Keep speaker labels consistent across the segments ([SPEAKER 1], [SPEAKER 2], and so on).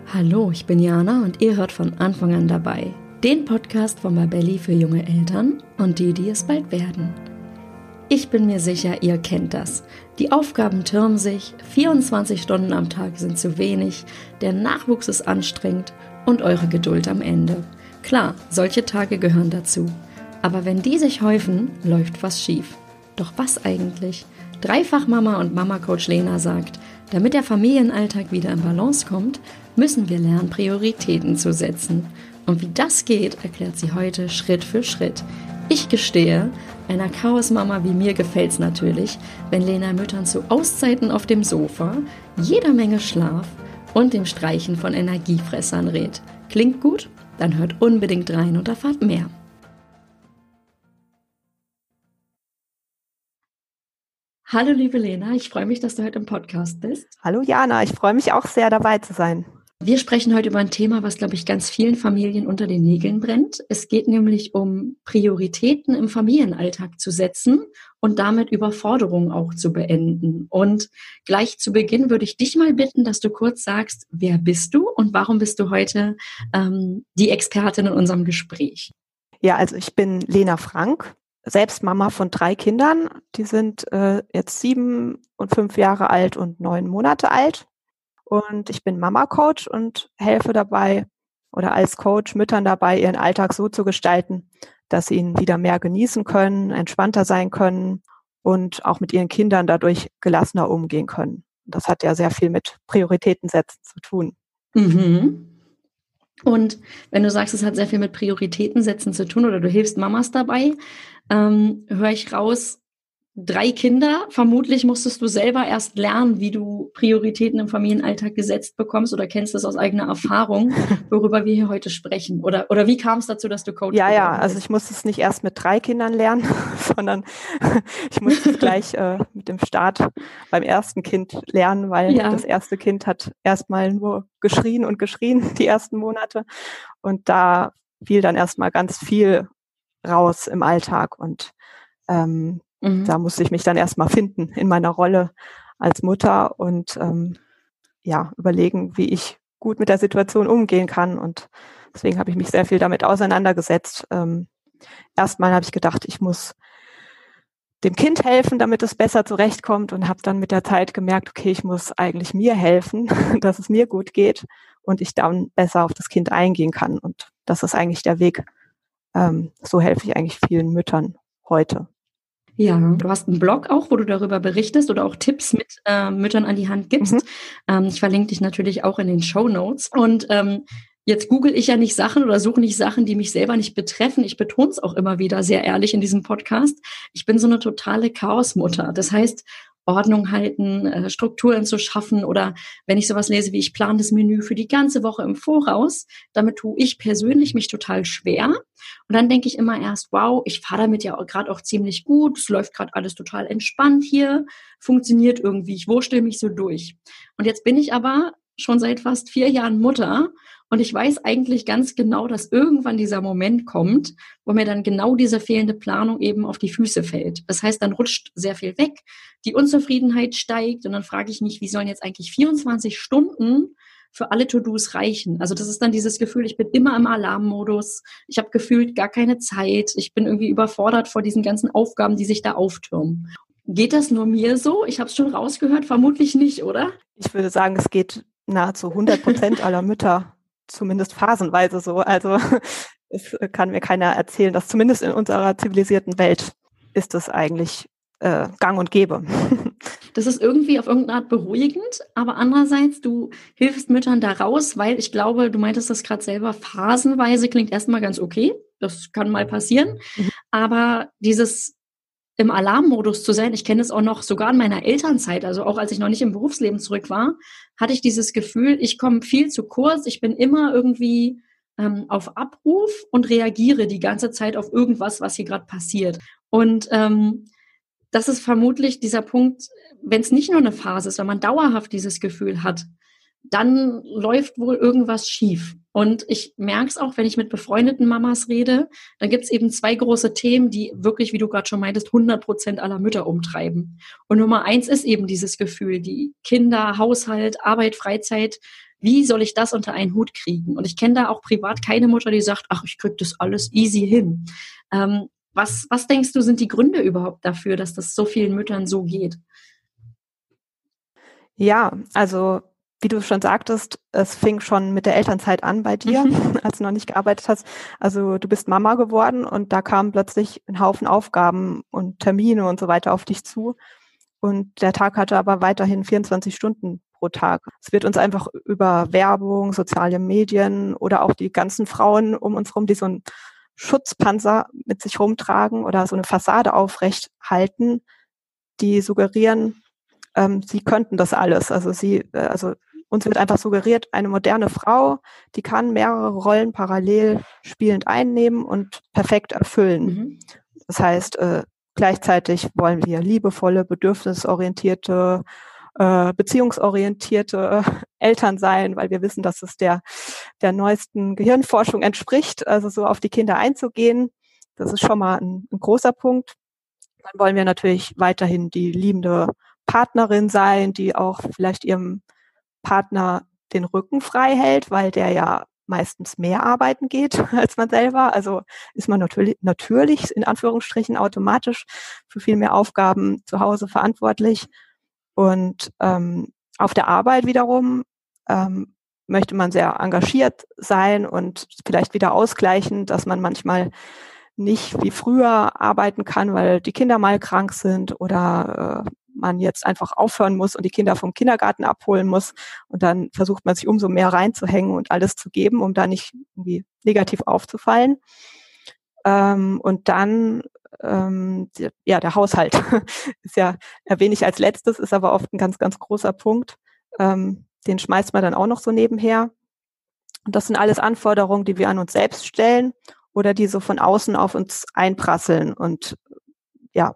[SPEAKER 1] Hallo, ich bin Jana und ihr hört von Anfang an dabei. Den Podcast von Babelli für junge Eltern und die es bald werden. Ich bin mir sicher, ihr kennt das. Die Aufgaben türmen sich, 24 Stunden am Tag sind zu wenig, der Nachwuchs ist anstrengend und eure Geduld am Ende. Klar, solche Tage gehören dazu. Aber wenn die sich häufen, läuft was schief. Doch was eigentlich? Dreifach-Mama und Mama-Coach Lena sagt, damit der Familienalltag wieder in Balance kommt, müssen wir lernen, Prioritäten zu setzen. Und wie das geht, erklärt sie heute Schritt für Schritt. Ich gestehe, einer Chaos-Mama wie mir gefällt's natürlich, wenn Lena Müttern zu Auszeiten auf dem Sofa, jeder Menge Schlaf und dem Streichen von Energiefressern rät. Klingt gut? Dann hört unbedingt rein und erfahrt mehr. Hallo liebe Lena, ich freue mich, dass du heute im Podcast bist.
[SPEAKER 2] Hallo Jana, ich freue mich auch sehr, dabei zu sein.
[SPEAKER 1] Wir sprechen heute über ein Thema, was, glaube ich, ganz vielen Familien unter den Nägeln brennt. Es geht nämlich um Prioritäten im Familienalltag zu setzen und damit Überforderungen auch zu beenden. Und gleich zu Beginn würde ich dich mal bitten, dass du kurz sagst, wer bist du und warum bist du heute die Expertin in unserem Gespräch?
[SPEAKER 2] Ja, also ich bin Lena Frank, selbst Mama von 3 Kindern. Die sind jetzt 7 und 5 Jahre alt und 9 Monate alt. Und ich bin Mama-Coach und helfe dabei oder als Coach Müttern dabei, ihren Alltag so zu gestalten, dass sie ihn wieder mehr genießen können, entspannter sein können und auch mit ihren Kindern dadurch gelassener umgehen können. Das hat ja sehr viel mit Prioritäten setzen zu tun.
[SPEAKER 1] Mhm. Und wenn du sagst, es hat sehr viel mit Prioritäten setzen zu tun oder du hilfst Mamas dabei, höre ich raus, 3 Kinder, vermutlich musstest du selber erst lernen, wie du Prioritäten im Familienalltag gesetzt bekommst oder kennst das aus eigener Erfahrung, worüber wir hier heute sprechen. Oder wie kam es dazu, dass du Coach bist?
[SPEAKER 2] Ja, also ich musste es nicht erst mit 3 Kindern lernen, sondern ich musste es gleich mit dem Start beim ersten Kind lernen, weil das erste Kind hat erstmal nur geschrien, die ersten Monate. Und da fiel dann erstmal ganz viel raus im Alltag und da musste ich mich dann erstmal finden in meiner Rolle als Mutter und überlegen, wie ich gut mit der Situation umgehen kann. Und deswegen habe ich mich sehr viel damit auseinandergesetzt. Erstmal habe ich gedacht, ich muss dem Kind helfen, damit es besser zurechtkommt und habe dann mit der Zeit gemerkt, okay, ich muss eigentlich mir helfen, dass es mir gut geht und ich dann besser auf das Kind eingehen kann. Und das ist eigentlich der Weg. So helfe ich eigentlich vielen Müttern heute.
[SPEAKER 1] Ja, du hast einen Blog auch, wo du darüber berichtest oder auch Tipps mit Müttern an die Hand gibst. Ich verlinke dich natürlich auch in den Shownotes. Und jetzt google ich ja nicht Sachen oder suche nicht Sachen, die mich selber nicht betreffen. Ich betone es auch immer wieder sehr ehrlich in diesem Podcast. Ich bin so eine totale Chaosmutter. Das heißt, Ordnung halten, Strukturen zu schaffen oder wenn ich sowas lese wie ich plane das Menü für die ganze Woche im Voraus, damit tue ich persönlich mich total schwer. Und dann denke ich immer erst, wow, ich fahre damit ja gerade auch ziemlich gut, es läuft gerade alles total entspannt hier, funktioniert irgendwie, ich wurschtel mich so durch. Und jetzt bin ich aber schon seit fast 4 Jahren Mutter und ich weiß eigentlich ganz genau, dass irgendwann dieser Moment kommt, wo mir dann genau diese fehlende Planung eben auf die Füße fällt. Das heißt, dann rutscht sehr viel weg, die Unzufriedenheit steigt und dann frage ich mich, wie sollen jetzt eigentlich 24 Stunden für alle To-Dos reichen? Also das ist dann dieses Gefühl, ich bin immer im Alarmmodus, ich habe gefühlt gar keine Zeit, ich bin irgendwie überfordert vor diesen ganzen Aufgaben, die sich da auftürmen. Geht das nur mir so? Ich habe es schon rausgehört, vermutlich nicht, oder?
[SPEAKER 2] Ich würde sagen, es geht nahezu 100% aller Mütter, zumindest phasenweise so. Also es kann mir keiner erzählen, dass zumindest in unserer zivilisierten Welt ist es eigentlich gang und gäbe.
[SPEAKER 1] Das ist irgendwie auf irgendeine Art beruhigend, aber andererseits, du hilfst Müttern da raus, weil ich glaube, du meintest das gerade selber, phasenweise klingt erstmal ganz okay, das kann mal passieren, aber dieses im Alarmmodus zu sein, ich kenne es auch noch sogar in meiner Elternzeit, also auch als ich noch nicht im Berufsleben zurück war, hatte ich dieses Gefühl, ich komme viel zu kurz, ich bin immer irgendwie auf Abruf und reagiere die ganze Zeit auf irgendwas, was hier gerade passiert. Und das ist vermutlich dieser Punkt, wenn es nicht nur eine Phase ist, wenn man dauerhaft dieses Gefühl hat, dann läuft wohl irgendwas schief. Und ich merke es auch, wenn ich mit befreundeten Mamas rede, dann gibt es eben 2 große Themen, die wirklich, wie du gerade schon meintest, 100% aller Mütter umtreiben. Und Nummer 1 ist eben dieses Gefühl, die Kinder, Haushalt, Arbeit, Freizeit Wie soll ich das unter einen Hut kriegen? Und ich kenne da auch privat keine Mutter, die sagt, ach, ich kriege das alles easy hin. Was denkst du, sind die Gründe überhaupt dafür, dass das so vielen Müttern so geht?
[SPEAKER 2] Ja, also wie du schon sagtest, es fing schon mit der Elternzeit an bei dir, als du noch nicht gearbeitet hast. Also du bist Mama geworden und da kamen plötzlich ein Haufen Aufgaben und Termine und so weiter auf dich zu. Und der Tag hatte aber weiterhin 24 Stunden pro Tag. Es wird uns einfach über Werbung, soziale Medien oder auch die ganzen Frauen um uns herum, die so einen Schutzpanzer mit sich rumtragen oder so eine Fassade aufrecht halten, die suggerieren, sie könnten das alles. Also uns wird einfach suggeriert, eine moderne Frau, die kann mehrere Rollen parallel spielend einnehmen und perfekt erfüllen. Mhm. Das heißt, gleichzeitig wollen wir liebevolle, bedürfnisorientierte, beziehungsorientierte Eltern sein, weil wir wissen, dass es der neuesten Gehirnforschung entspricht, also so auf die Kinder einzugehen. Das ist schon mal ein großer Punkt. Dann wollen wir natürlich weiterhin die liebende Partnerin sein, die auch vielleicht ihrem Partner den Rücken frei hält, weil der ja meistens mehr arbeiten geht als man selber. Also ist man natürlich in Anführungsstrichen automatisch für viel mehr Aufgaben zu Hause verantwortlich. Und auf der Arbeit wiederum möchte man sehr engagiert sein und vielleicht wieder ausgleichen, dass man manchmal nicht wie früher arbeiten kann, weil die Kinder mal krank sind oder man jetzt einfach aufhören muss und die Kinder vom Kindergarten abholen muss. Und dann versucht man sich umso mehr reinzuhängen und alles zu geben, um da nicht irgendwie negativ aufzufallen. Und dann, der Haushalt ist ja, erwähne ich als letztes, ist aber oft ein ganz, ganz großer Punkt. Den schmeißt man dann auch noch so nebenher. Und das sind alles Anforderungen, die wir an uns selbst stellen oder die so von außen auf uns einprasseln. Und ja,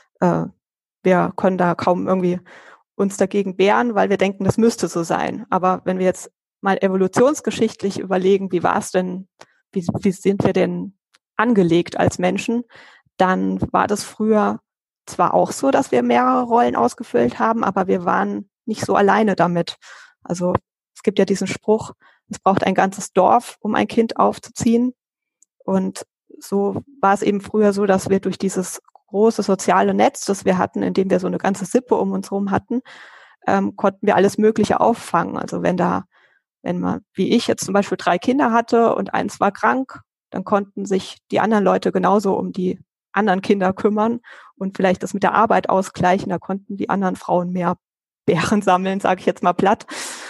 [SPEAKER 2] wir können da kaum irgendwie uns dagegen wehren, weil wir denken, das müsste so sein. Aber wenn wir jetzt mal evolutionsgeschichtlich überlegen, wie war es denn, wie sind wir denn angelegt als Menschen, dann war das früher zwar auch so, dass wir mehrere Rollen ausgefüllt haben, aber wir waren nicht so alleine damit. Also es gibt ja diesen Spruch, es braucht ein ganzes Dorf, um ein Kind aufzuziehen. Und so war es eben früher so, dass wir durch dieses große soziale Netz, das wir hatten, in dem wir so eine ganze Sippe um uns herum hatten, konnten wir alles Mögliche auffangen. Also wenn man, wie ich jetzt zum Beispiel 3 Kinder hatte und eins war krank, dann konnten sich die anderen Leute genauso um die anderen Kinder kümmern und vielleicht das mit der Arbeit ausgleichen. Da konnten die anderen Frauen mehr Beeren sammeln, sage ich jetzt mal platt.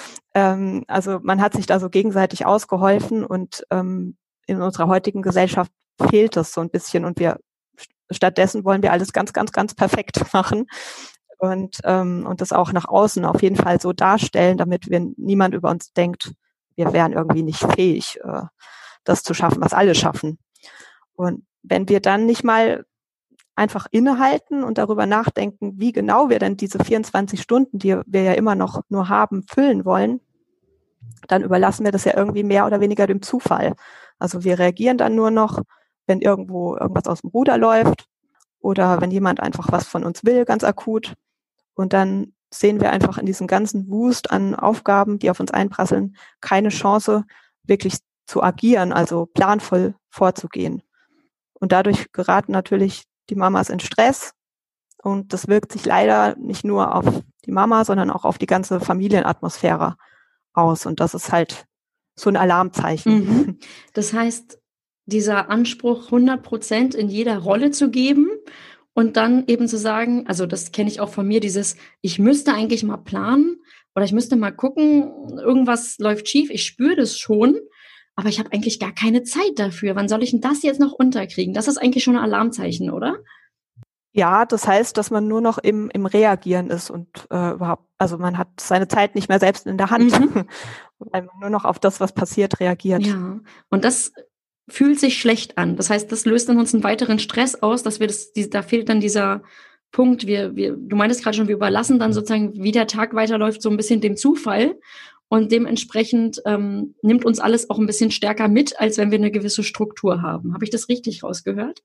[SPEAKER 2] Also man hat sich da so gegenseitig ausgeholfen und in unserer heutigen Gesellschaft fehlt das so ein bisschen und stattdessen wollen wir alles ganz, ganz, ganz perfekt machen und das auch nach außen auf jeden Fall so darstellen, damit niemand über uns denkt, wir wären irgendwie nicht fähig, das zu schaffen, was alle schaffen. Und wenn wir dann nicht mal einfach innehalten und darüber nachdenken, wie genau wir denn diese 24 Stunden, die wir ja immer noch nur haben, füllen wollen, dann überlassen wir das ja irgendwie mehr oder weniger dem Zufall. Also wir reagieren dann nur noch, wenn irgendwo irgendwas aus dem Ruder läuft oder wenn jemand einfach was von uns will, ganz akut. Und dann sehen wir einfach in diesem ganzen Wust an Aufgaben, die auf uns einprasseln, keine Chance, wirklich zu agieren, also planvoll vorzugehen. Und dadurch geraten natürlich die Mamas in Stress. Und das wirkt sich leider nicht nur auf die Mama, sondern auch auf die ganze Familienatmosphäre aus. Und das ist halt so ein Alarmzeichen.
[SPEAKER 1] Mhm. Das heißt, dieser Anspruch, 100% in jeder Rolle zu geben und dann eben zu sagen, also das kenne ich auch von mir, ich müsste eigentlich mal planen oder ich müsste mal gucken, irgendwas läuft schief, ich spüre das schon, aber ich habe eigentlich gar keine Zeit dafür. Wann soll ich denn das jetzt noch unterkriegen? Das ist eigentlich schon ein Alarmzeichen, oder?
[SPEAKER 2] Ja, das heißt, dass man nur noch im Reagieren ist und also man hat seine Zeit nicht mehr selbst in der Hand, weil man nur noch auf das, was passiert, reagiert.
[SPEAKER 1] Ja, und das fühlt sich schlecht an. Das heißt, das löst in uns einen weiteren Stress aus, dass da fehlt dann dieser Punkt, du meintest gerade schon, wir überlassen dann sozusagen, wie der Tag weiterläuft, so ein bisschen dem Zufall. Und dementsprechend nimmt uns alles auch ein bisschen stärker mit, als wenn wir eine gewisse Struktur haben. Habe ich das richtig rausgehört?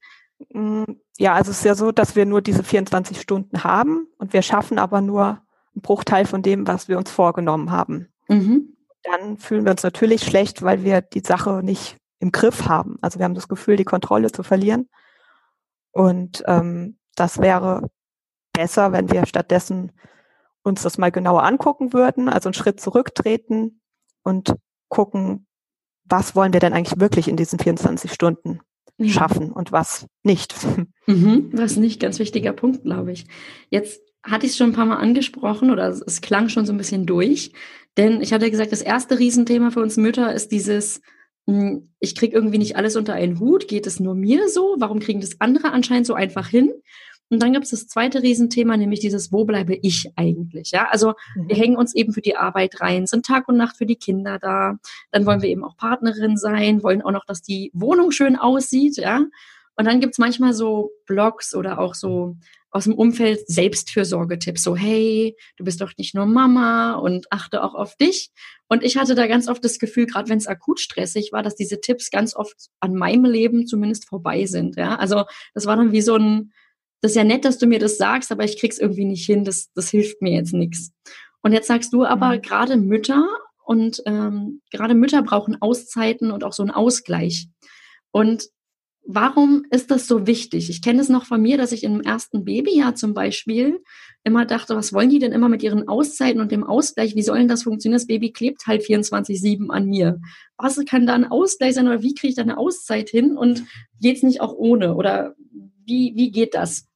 [SPEAKER 2] Ja, also es ist ja so, dass wir nur diese 24 Stunden haben und wir schaffen aber nur einen Bruchteil von dem, was wir uns vorgenommen haben. Mhm. dann fühlen wir uns natürlich schlecht, weil wir die Sache nicht im Griff haben. Also wir haben das Gefühl, die Kontrolle zu verlieren. Und das wäre besser, wenn wir stattdessen uns das mal genauer angucken würden, also einen Schritt zurücktreten und gucken, was wollen wir denn eigentlich wirklich in diesen 24 Stunden schaffen und was nicht.
[SPEAKER 1] Was nicht, ganz wichtiger Punkt, glaube ich. Jetzt hatte ich es schon ein paar Mal angesprochen oder es klang schon so ein bisschen durch, denn ich hatte gesagt, das erste Riesenthema für uns Mütter ist dieses, ich kriege irgendwie nicht alles unter einen Hut, geht es nur mir so? Warum kriegen das andere anscheinend so einfach hin? Und dann gibt es das zweite Riesenthema, nämlich dieses, wo bleibe ich eigentlich? Ja, also wir hängen uns eben für die Arbeit rein, sind Tag und Nacht für die Kinder da. Dann wollen wir eben auch Partnerin sein, wollen auch noch, dass die Wohnung schön aussieht, ja. Und dann gibt's manchmal so Blogs oder auch so aus dem Umfeld Selbstfürsorgetipps, so hey, du bist doch nicht nur Mama und achte auch auf dich. Und ich hatte da ganz oft das Gefühl, gerade wenn es akut stressig war, dass diese Tipps ganz oft an meinem Leben zumindest vorbei sind. Ja, also das war dann wie so ein, das ist ja nett, dass du mir das sagst, aber ich krieg's irgendwie nicht hin, das hilft mir jetzt nichts. Und jetzt sagst du aber, gerade Mütter und gerade Mütter brauchen Auszeiten und auch so einen Ausgleich. Und warum ist das so wichtig? Ich kenne es noch von mir, dass ich im ersten Babyjahr zum Beispiel immer dachte, was wollen die denn immer mit ihren Auszeiten und dem Ausgleich? Wie soll denn das funktionieren? Das Baby klebt halt 24/7 an mir. Was kann da ein Ausgleich sein oder wie kriege ich da eine Auszeit hin? Und geht's nicht auch ohne? Oder wie geht das?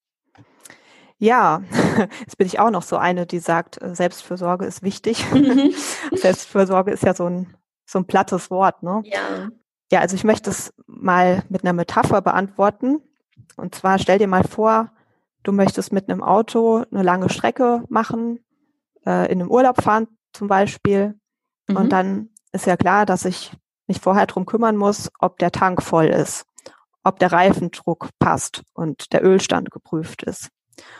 [SPEAKER 2] Ja, jetzt bin ich auch noch so eine, die sagt, Selbstfürsorge ist wichtig. Selbstfürsorge ist ja so ein plattes Wort, ne?
[SPEAKER 1] Ja.
[SPEAKER 2] Ja, also ich möchte es mal mit einer Metapher beantworten. Und zwar stell dir mal vor, du möchtest mit einem Auto eine lange Strecke machen, in einem Urlaub fahren zum Beispiel. Und dann ist ja klar, dass ich mich vorher drum kümmern muss, ob der Tank voll ist, ob der Reifendruck passt und der Ölstand geprüft ist.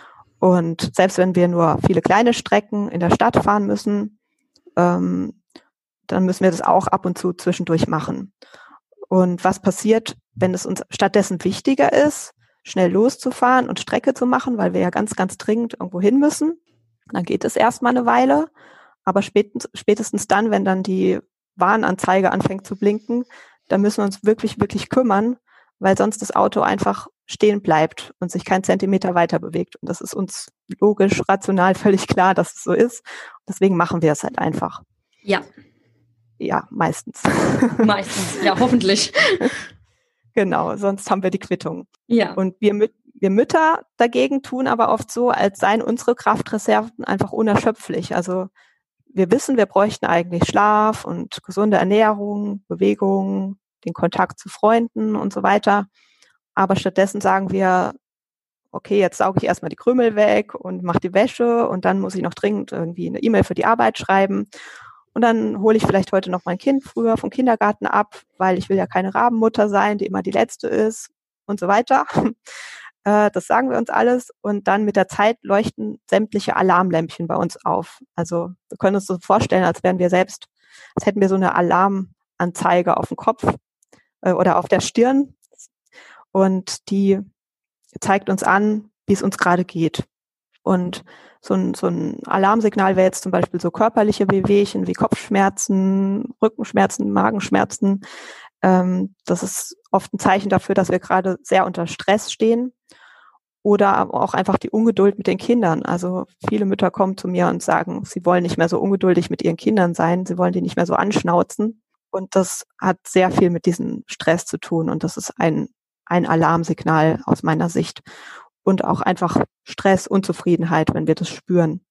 [SPEAKER 2] Und selbst wenn wir nur viele kleine Strecken in der Stadt fahren müssen, dann müssen wir das auch ab und zu zwischendurch machen. Und was passiert, wenn es uns stattdessen wichtiger ist, schnell loszufahren und Strecke zu machen, weil wir ja ganz, ganz dringend irgendwo hin müssen? Dann geht es erstmal eine Weile, aber spätestens dann, wenn dann die Warnanzeige anfängt zu blinken, dann müssen wir uns wirklich, wirklich kümmern, weil sonst das Auto einfach stehen bleibt und sich kein Zentimeter weiter bewegt. Und das ist uns logisch, rational völlig klar, dass es so ist. Deswegen machen wir es halt einfach.
[SPEAKER 1] Ja.
[SPEAKER 2] Ja, meistens.
[SPEAKER 1] Meistens, ja, hoffentlich.
[SPEAKER 2] Genau, sonst haben wir die Quittung.
[SPEAKER 1] Ja.
[SPEAKER 2] Und wir Mütter dagegen tun aber oft so, als seien unsere Kraftreserven einfach unerschöpflich. Also wir wissen, wir bräuchten eigentlich Schlaf und gesunde Ernährung, Bewegung, den Kontakt zu Freunden und so weiter. Aber stattdessen sagen wir, okay, jetzt sauge ich erstmal die Krümel weg und mache die Wäsche und dann muss ich noch dringend irgendwie eine E-Mail für die Arbeit schreiben. Und dann hole ich vielleicht heute noch mein Kind früher vom Kindergarten ab, weil ich will ja keine Rabenmutter sein, die immer die Letzte ist und so weiter. Das sagen wir uns alles. Und dann mit der Zeit leuchten sämtliche Alarmlämpchen bei uns auf. Also wir können uns so vorstellen, als hätten wir so eine Alarmanzeige auf dem Kopf oder auf der Stirn. Und die zeigt uns an, wie es uns gerade geht. Und so ein Alarmsignal wäre jetzt zum Beispiel so körperliche Wehwehchen wie Kopfschmerzen, Rückenschmerzen, Magenschmerzen. Das ist oft ein Zeichen dafür, dass wir gerade sehr unter Stress stehen. Oder auch einfach die Ungeduld mit den Kindern. Also viele Mütter kommen zu mir und sagen, sie wollen nicht mehr so ungeduldig mit ihren Kindern sein, sie wollen die nicht mehr so anschnauzen. Und das hat sehr viel mit diesem Stress zu tun. Und das ist ein Alarmsignal aus meiner Sicht. Und auch einfach Stress, Unzufriedenheit, wenn wir das spüren.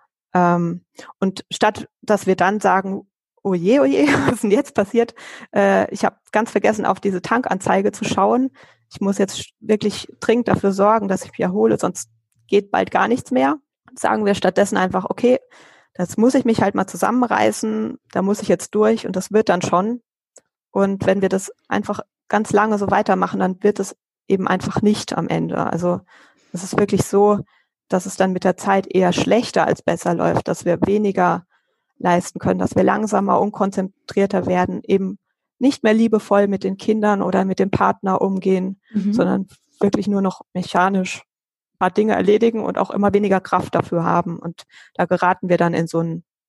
[SPEAKER 2] Und statt, dass wir dann sagen, oh je, was ist denn jetzt passiert? Ich habe ganz vergessen, auf diese Tankanzeige zu schauen. Ich muss jetzt wirklich dringend dafür sorgen, dass ich mich erhole, sonst geht bald gar nichts mehr. Sagen wir stattdessen einfach, okay, das muss ich mich halt mal zusammenreißen, da muss ich jetzt durch und das wird dann schon. Und wenn wir das einfach ganz lange so weitermachen, dann wird es eben einfach nicht am Ende. Also es ist wirklich so, dass es dann mit der Zeit eher schlechter als besser läuft, dass wir weniger leisten können, dass wir langsamer, unkonzentrierter werden, eben nicht mehr liebevoll mit den Kindern oder mit dem Partner umgehen, sondern wirklich nur noch mechanisch ein paar Dinge erledigen und auch immer weniger Kraft dafür haben. Und da geraten wir dann in so ein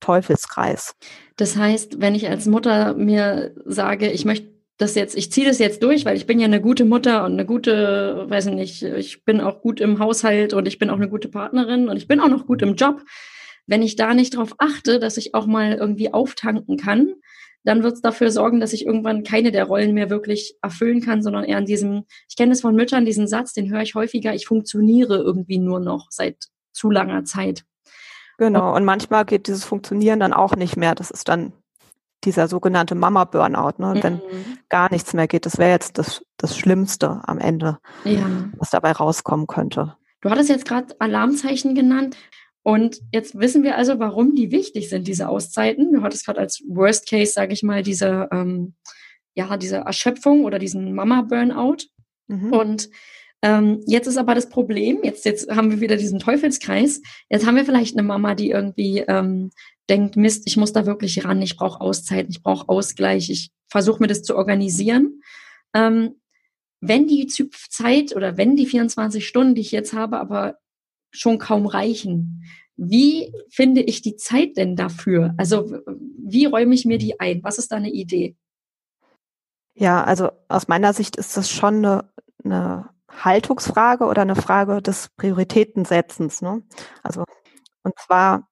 [SPEAKER 2] Teufelskreis.
[SPEAKER 1] Das heißt, wenn ich als Mutter mir sage, ich ziehe das jetzt durch, weil ich bin ja eine gute Mutter und eine gute, weiß ich nicht, ich bin auch gut im Haushalt und ich bin auch eine gute Partnerin und ich bin auch noch gut im Job. Wenn ich da nicht drauf achte, dass ich auch mal irgendwie auftanken kann, dann wird es dafür sorgen, dass ich irgendwann keine der Rollen mehr wirklich erfüllen kann, sondern eher ich kenne es von Müttern, diesen Satz, den höre ich häufiger, ich funktioniere irgendwie nur noch seit zu langer Zeit.
[SPEAKER 2] Genau, und manchmal geht dieses Funktionieren dann auch nicht mehr. Das ist dann dieser sogenannte Mama-Burnout, ne? Wenn gar nichts mehr geht. Das wäre jetzt das Schlimmste am Ende, was dabei rauskommen könnte.
[SPEAKER 1] Du hattest jetzt gerade Alarmzeichen genannt. Und jetzt wissen wir also, warum die wichtig sind, diese Auszeiten. Du hattest gerade als Worst Case, sage ich mal, diese Erschöpfung oder diesen Mama-Burnout. Und jetzt ist aber das Problem, jetzt haben wir wieder diesen Teufelskreis. Jetzt haben wir vielleicht eine Mama, die irgendwie denkt, Mist, ich muss da wirklich ran, ich brauche Auszeiten, ich brauche Ausgleich, ich versuche mir das zu organisieren. Wenn die Zeit oder wenn die 24 Stunden, die ich jetzt habe, aber schon kaum reichen, wie finde ich die Zeit denn dafür? Also wie räume ich mir die ein? Was ist da eine Idee?
[SPEAKER 2] Ja, also aus meiner Sicht ist das schon eine Haltungsfrage oder eine Frage des Prioritätensetzens, ne? Also, und zwar,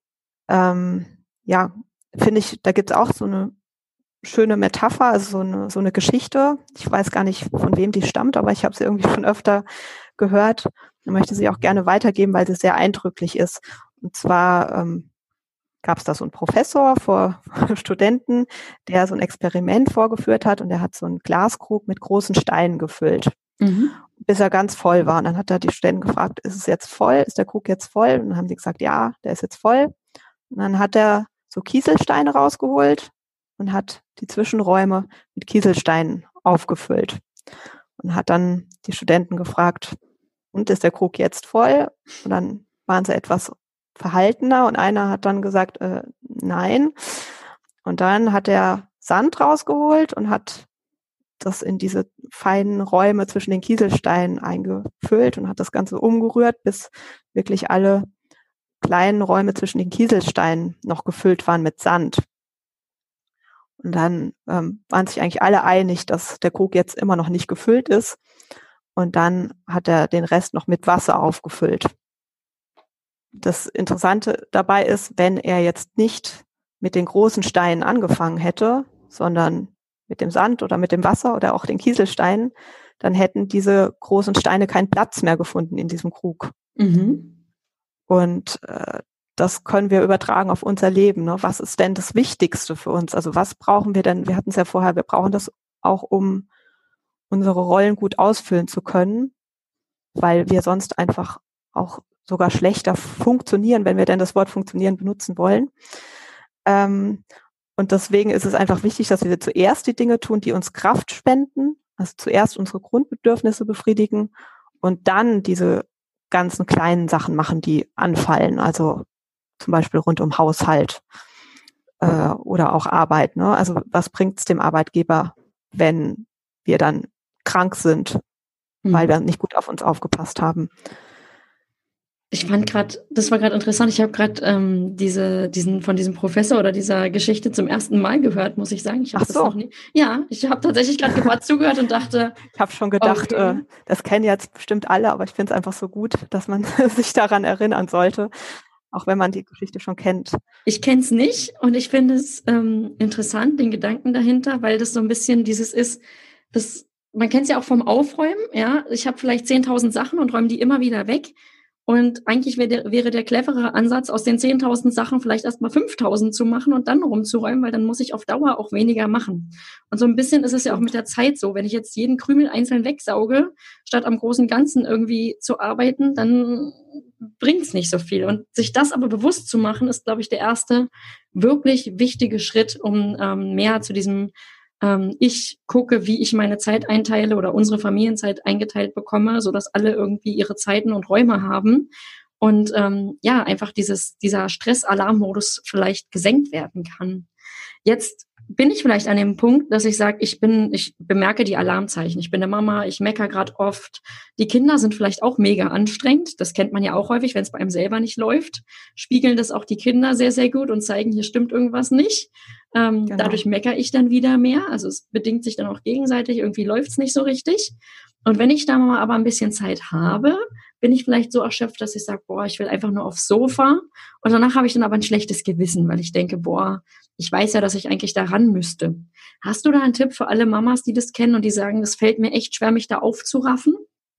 [SPEAKER 2] finde ich, da gibt es auch so eine schöne Metapher, also so eine Geschichte. Ich weiß gar nicht, von wem die stammt, aber ich habe sie irgendwie schon öfter gehört. Ich möchte sie auch gerne weitergeben, weil sie sehr eindrücklich ist. Und zwar gab es da so einen Professor vor Studenten, der so ein Experiment vorgeführt hat, und der hat so einen Glaskrug mit großen Steinen gefüllt, bis er ganz voll war. Und dann hat er die Studenten gefragt, ist es jetzt voll? Ist der Krug jetzt voll? Und dann haben die gesagt, ja, der ist jetzt voll. Und dann hat er so Kieselsteine rausgeholt und hat die Zwischenräume mit Kieselsteinen aufgefüllt und hat dann die Studenten gefragt, und ist der Krug jetzt voll? Und dann waren sie etwas verhaltener und einer hat dann gesagt, nein. Und dann hat er Sand rausgeholt und hat das in diese feinen Räume zwischen den Kieselsteinen eingefüllt und hat das Ganze umgerührt, bis wirklich alle kleinen Räume zwischen den Kieselsteinen noch gefüllt waren mit Sand. Und dann waren sich eigentlich alle einig, dass der Krug jetzt immer noch nicht gefüllt ist. Und dann hat er den Rest noch mit Wasser aufgefüllt. Das Interessante dabei ist, wenn er jetzt nicht mit den großen Steinen angefangen hätte, sondern mit dem Sand oder mit dem Wasser oder auch den Kieselsteinen, dann hätten diese großen Steine keinen Platz mehr gefunden in diesem Krug. Und das können wir übertragen auf unser Leben. Ne? Was ist denn das Wichtigste für uns? Also was brauchen wir denn? Wir hatten es ja vorher, wir brauchen das auch, um unsere Rollen gut ausfüllen zu können, weil wir sonst einfach auch sogar schlechter funktionieren, wenn wir denn das Wort funktionieren benutzen wollen. Und deswegen ist es einfach wichtig, dass wir zuerst die Dinge tun, die uns Kraft spenden, also zuerst unsere Grundbedürfnisse befriedigen und dann diese ganzen kleinen Sachen machen, die anfallen, also zum Beispiel rund um Haushalt oder auch Arbeit. Ne? Also was bringt es dem Arbeitgeber, wenn wir dann krank sind, weil wir nicht gut auf uns aufgepasst haben?
[SPEAKER 1] Ich fand das war gerade interessant. Ich habe gerade von diesem Professor oder dieser Geschichte zum ersten Mal gehört, muss ich sagen. Ich habe das noch nie. Ja, ich habe tatsächlich gerade zugehört und dachte.
[SPEAKER 2] Ich habe schon gedacht, okay, das kennen jetzt bestimmt alle, aber ich finde es einfach so gut, dass man sich daran erinnern sollte, auch wenn man die Geschichte schon kennt.
[SPEAKER 1] Ich kenne es nicht und ich finde es interessant, den Gedanken dahinter, weil das so ein bisschen dieses ist, man kennt es ja auch vom Aufräumen. Ja, ich habe vielleicht 10.000 Sachen und räume die immer wieder weg. Und eigentlich wäre der clevere Ansatz, aus den 10.000 Sachen vielleicht erstmal 5.000 zu machen und dann rumzuräumen, weil dann muss ich auf Dauer auch weniger machen. Und so ein bisschen ist es ja auch mit der Zeit so. Wenn ich jetzt jeden Krümel einzeln wegsauge, statt am großen Ganzen irgendwie zu arbeiten, dann bringt es nicht so viel. Und sich das aber bewusst zu machen, ist, glaube ich, der erste wirklich wichtige Schritt, um mehr zu diesem ich gucke, wie ich meine Zeit einteile oder unsere Familienzeit eingeteilt bekomme, sodass alle irgendwie ihre Zeiten und Räume haben und ja, einfach dieser Stress-Alarm-Modus vielleicht gesenkt werden kann. Jetzt bin ich vielleicht an dem Punkt, dass ich sage, ich bemerke die Alarmzeichen. Ich bin eine Mama, ich meckere gerade oft. Die Kinder sind vielleicht auch mega anstrengend. Das kennt man ja auch häufig, wenn es bei einem selber nicht läuft. Spiegeln das auch die Kinder sehr, sehr gut und zeigen, hier stimmt irgendwas nicht. Genau. Dadurch meckere ich dann wieder mehr. Also es bedingt sich dann auch gegenseitig. Irgendwie läuft es nicht so richtig. Und wenn ich da mal aber ein bisschen Zeit habe, bin ich vielleicht so erschöpft, dass ich sage, boah, ich will einfach nur aufs Sofa. Und danach habe ich dann aber ein schlechtes Gewissen, weil ich denke, boah, ich weiß ja, dass ich eigentlich da ran müsste. Hast du da einen Tipp für alle Mamas, die das kennen und die sagen, es fällt mir echt schwer, mich da aufzuraffen?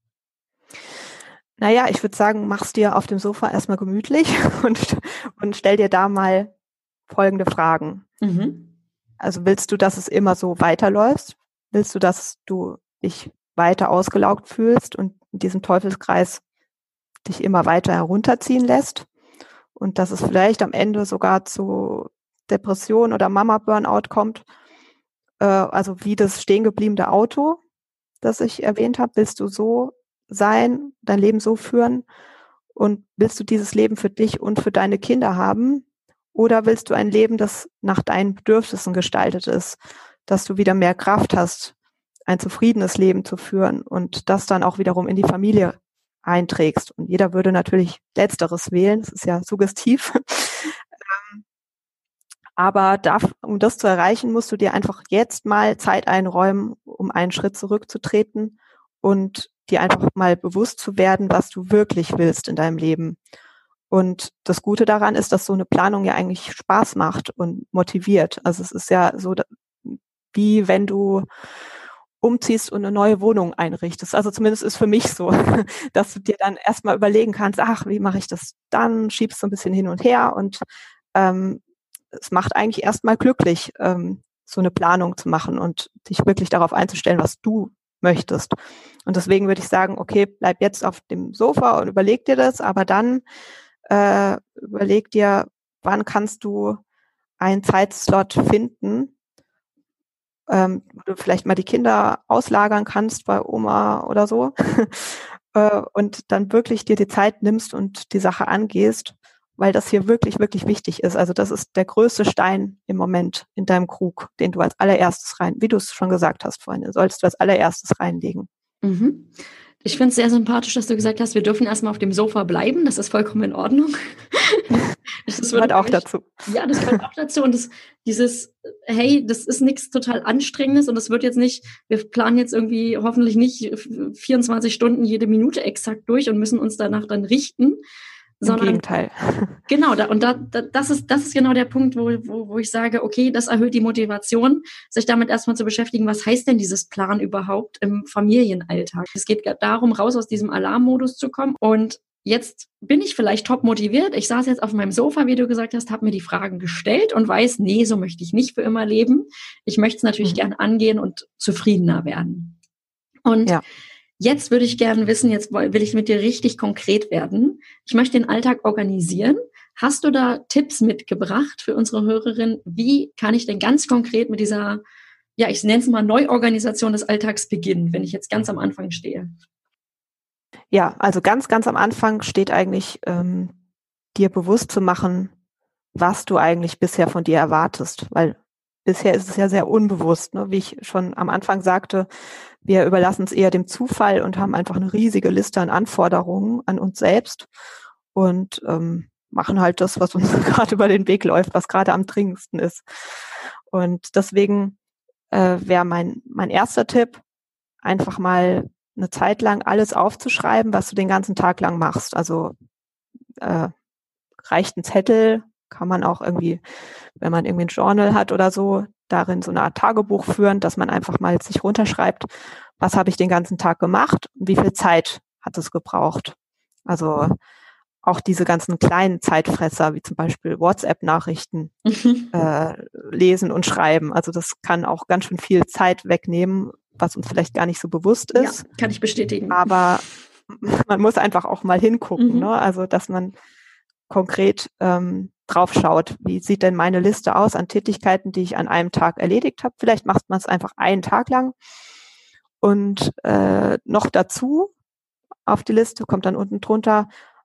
[SPEAKER 2] Naja, ich würde sagen, mach's dir auf dem Sofa erstmal gemütlich und stell dir da mal folgende Fragen. Also willst du, dass es immer so weiterläuft? Willst du, dass du dich weiter ausgelaugt fühlst und in diesem Teufelskreis dich immer weiter herunterziehen lässt? Und dass es vielleicht am Ende sogar zu Depression oder Mama-Burnout kommt? Also wie das stehengebliebene Auto, das ich erwähnt habe, willst du so sein, dein Leben so führen? Und willst du dieses Leben für dich und für deine Kinder haben? Oder willst du ein Leben, das nach deinen Bedürfnissen gestaltet ist, dass du wieder mehr Kraft hast, ein zufriedenes Leben zu führen und das dann auch wiederum in die Familie einträgst? Und jeder würde natürlich Letzteres wählen, das ist ja suggestiv. Aber um das zu erreichen, musst du dir einfach jetzt mal Zeit einräumen, um einen Schritt zurückzutreten und dir einfach mal bewusst zu werden, was du wirklich willst in deinem Leben. Und das Gute daran ist, dass so eine Planung ja eigentlich Spaß macht und motiviert. Also es ist ja so, wie wenn du umziehst und eine neue Wohnung einrichtest. Also zumindest ist für mich so, dass du dir dann erstmal überlegen kannst, ach, wie mache ich das dann? Schiebst so ein bisschen hin und her und es macht eigentlich erstmal glücklich, so eine Planung zu machen und dich wirklich darauf einzustellen, was du möchtest. Und deswegen würde ich sagen, okay, bleib jetzt auf dem Sofa und überleg dir das, aber dann überleg dir, wann kannst du einen Zeitslot finden, wo du vielleicht mal die Kinder auslagern kannst bei Oma oder so und dann wirklich dir die Zeit nimmst und die Sache angehst, weil das hier wirklich, wirklich wichtig ist. Also das ist der größte Stein im Moment in deinem Krug, den du als allererstes wie du es schon gesagt hast vorhin, sollst du als allererstes reinlegen.
[SPEAKER 1] Ich finde es sehr sympathisch, dass du gesagt hast, wir dürfen erstmal auf dem Sofa bleiben. Das ist vollkommen in Ordnung.
[SPEAKER 2] Das gehört auch dazu.
[SPEAKER 1] Ja, das gehört auch dazu. Und hey, das ist nichts total Anstrengendes und das wird jetzt nicht, wir planen jetzt irgendwie hoffentlich nicht 24 Stunden jede Minute exakt durch und müssen uns danach dann richten.
[SPEAKER 2] Im Gegenteil.
[SPEAKER 1] Genau, das ist genau der Punkt, wo ich sage, okay, das erhöht die Motivation, sich damit erstmal zu beschäftigen, was heißt denn dieses Plan überhaupt im Familienalltag? Es geht darum, raus aus diesem Alarmmodus zu kommen und jetzt bin ich vielleicht top motiviert. Ich saß jetzt auf meinem Sofa, wie du gesagt hast, habe mir die Fragen gestellt und weiß, nee, so möchte ich nicht für immer leben. Ich möchte es natürlich gern angehen und zufriedener werden. Und jetzt würde ich gerne wissen, jetzt will ich mit dir richtig konkret werden. Ich möchte den Alltag organisieren. Hast du da Tipps mitgebracht für unsere Hörerin? Wie kann ich denn ganz konkret mit dieser, ja, ich nenne es mal Neuorganisation des Alltags beginnen, wenn ich jetzt ganz am Anfang stehe?
[SPEAKER 2] Ja, also ganz, ganz am Anfang steht eigentlich, dir bewusst zu machen, was du eigentlich bisher von dir erwartest, weil bisher ist es ja sehr unbewusst, ne? Wie ich schon am Anfang sagte, wir überlassen es eher dem Zufall und haben einfach eine riesige Liste an Anforderungen an uns selbst und machen halt das, was uns gerade über den Weg läuft, was gerade am dringendsten ist. Und deswegen wäre mein erster Tipp, einfach mal eine Zeit lang alles aufzuschreiben, was du den ganzen Tag lang machst. Also reicht ein Zettel, kann man auch irgendwie, wenn man irgendwie ein Journal hat oder so, darin so eine Art Tagebuch führen, dass man einfach mal sich runterschreibt, was habe ich den ganzen Tag gemacht und wie viel Zeit hat es gebraucht. Also auch diese ganzen kleinen Zeitfresser, wie zum Beispiel WhatsApp-Nachrichten lesen und schreiben. Also das kann auch ganz schön viel Zeit wegnehmen, was uns vielleicht gar nicht so bewusst ist.
[SPEAKER 1] Ja, kann ich bestätigen.
[SPEAKER 2] Aber man muss einfach auch mal hingucken, ne? Also dass man konkret drauf schaut, wie sieht denn meine Liste aus an Tätigkeiten, die ich an einem Tag erledigt habe. Vielleicht macht man es einfach einen Tag lang. Und noch dazu auf die Liste kommt dann unten drunter,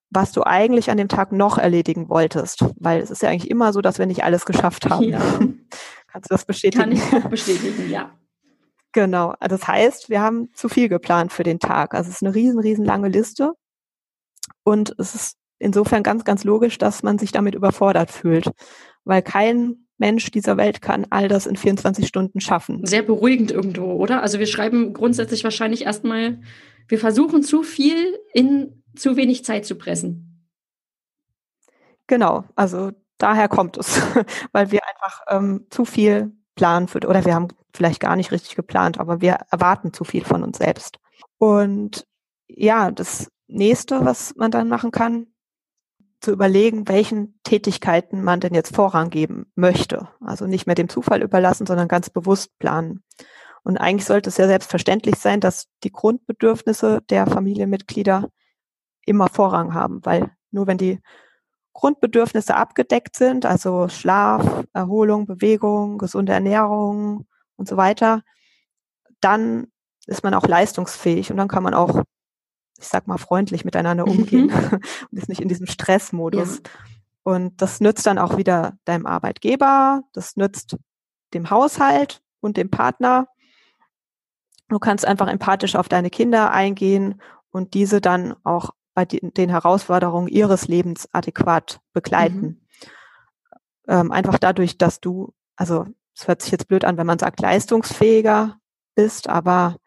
[SPEAKER 2] was du eigentlich an dem Tag noch erledigen wolltest. Weil es ist ja eigentlich immer so, dass wir nicht alles geschafft haben.
[SPEAKER 1] Ja.
[SPEAKER 2] Kannst du das bestätigen?
[SPEAKER 1] Kann ich auch bestätigen, ja.
[SPEAKER 2] Genau. Also das heißt, wir haben zu viel geplant für den Tag. Also es ist eine riesen lange Liste. Und es ist insofern ganz, ganz logisch, dass man sich damit überfordert fühlt. Weil kein Mensch dieser Welt kann all das in 24 Stunden schaffen.
[SPEAKER 1] Sehr beruhigend irgendwo, oder? Also wir schreiben grundsätzlich wahrscheinlich erstmal, wir versuchen zu viel in zu wenig Zeit zu pressen.
[SPEAKER 2] Genau, also daher kommt es, weil wir einfach zu viel planen oder wir haben vielleicht gar nicht richtig geplant, aber wir erwarten zu viel von uns selbst. Und ja, das Nächste, was man dann machen kann, zu überlegen, welchen Tätigkeiten man denn jetzt Vorrang geben möchte. Also nicht mehr dem Zufall überlassen, sondern ganz bewusst planen. Und eigentlich sollte es ja selbstverständlich sein, dass die Grundbedürfnisse der Familienmitglieder immer Vorrang haben, weil nur wenn die Grundbedürfnisse abgedeckt sind, also Schlaf, Erholung, Bewegung, gesunde Ernährung und so weiter, dann ist man auch leistungsfähig und dann kann man auch, ich sag mal, freundlich miteinander umgehen und ist nicht in diesem Stressmodus. Ja. Und das nützt dann auch wieder deinem Arbeitgeber, das nützt dem Haushalt und dem Partner. Du kannst einfach empathisch auf deine Kinder eingehen und diese dann auch bei den Herausforderungen ihres Lebens adäquat begleiten. Einfach dadurch, dass du, also es hört sich jetzt blöd an, wenn man sagt, leistungsfähiger bist, aber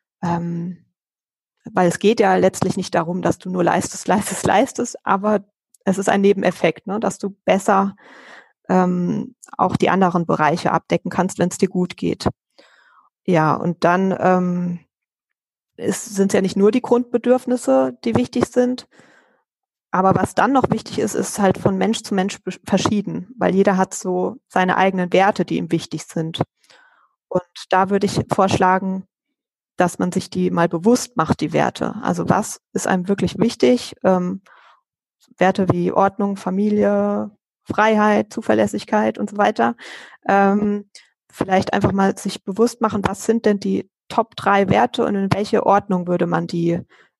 [SPEAKER 2] weil es geht ja letztlich nicht darum, dass du nur leistest, aber es ist ein Nebeneffekt, ne, dass du besser auch die anderen Bereiche abdecken kannst, wenn es dir gut geht. Ja, und dann sind es ja nicht nur die Grundbedürfnisse, die wichtig sind, aber was dann noch wichtig ist, ist halt von Mensch zu Mensch verschieden, weil jeder hat so seine eigenen Werte, die ihm wichtig sind. Und da würde ich vorschlagen, dass man sich die mal bewusst macht, die Werte. Also was ist einem wirklich wichtig? Werte wie Ordnung, Familie, Freiheit, Zuverlässigkeit und so weiter. Vielleicht einfach mal sich bewusst machen, was sind denn die Top 3 Werte und in welche Ordnung würde man die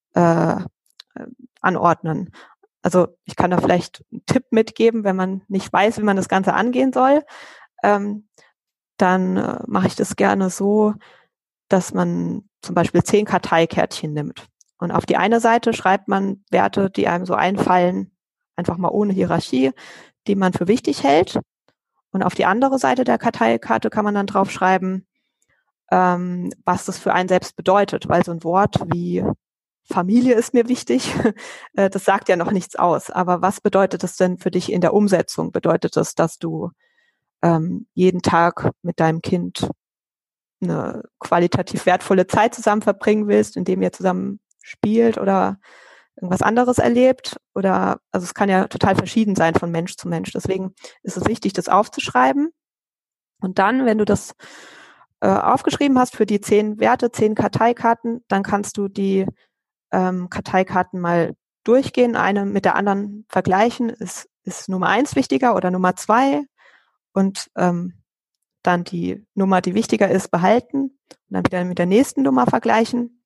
[SPEAKER 2] anordnen. Also ich kann da vielleicht einen Tipp mitgeben, wenn man nicht weiß, wie man das Ganze angehen soll, dann mache ich das gerne so, dass man zum Beispiel 10 Karteikärtchen nimmt. Und auf die eine Seite schreibt man Werte, die einem so einfallen, einfach mal ohne Hierarchie, die man für wichtig hält. Und auf die andere Seite der Karteikarte kann man dann draufschreiben, was das für einen selbst bedeutet, weil so ein Wort wie Familie ist mir wichtig, das sagt ja noch nichts aus. Aber was bedeutet das denn für dich in der Umsetzung? Bedeutet das, dass du jeden Tag mit deinem Kind eine qualitativ wertvolle Zeit zusammen verbringen willst, indem ihr zusammen spielt oder irgendwas anderes erlebt? Oder, also es kann ja total verschieden sein von Mensch zu Mensch. Deswegen ist es wichtig, das aufzuschreiben. Und dann, wenn du das aufgeschrieben hast für die 10 Werte, 10 Karteikarten, dann kannst du die Karteikarten mal durchgehen, eine mit der anderen vergleichen. Ist Nummer 1 wichtiger oder Nummer 2? Und dann die Nummer, die wichtiger ist, behalten und dann wieder mit der nächsten Nummer vergleichen.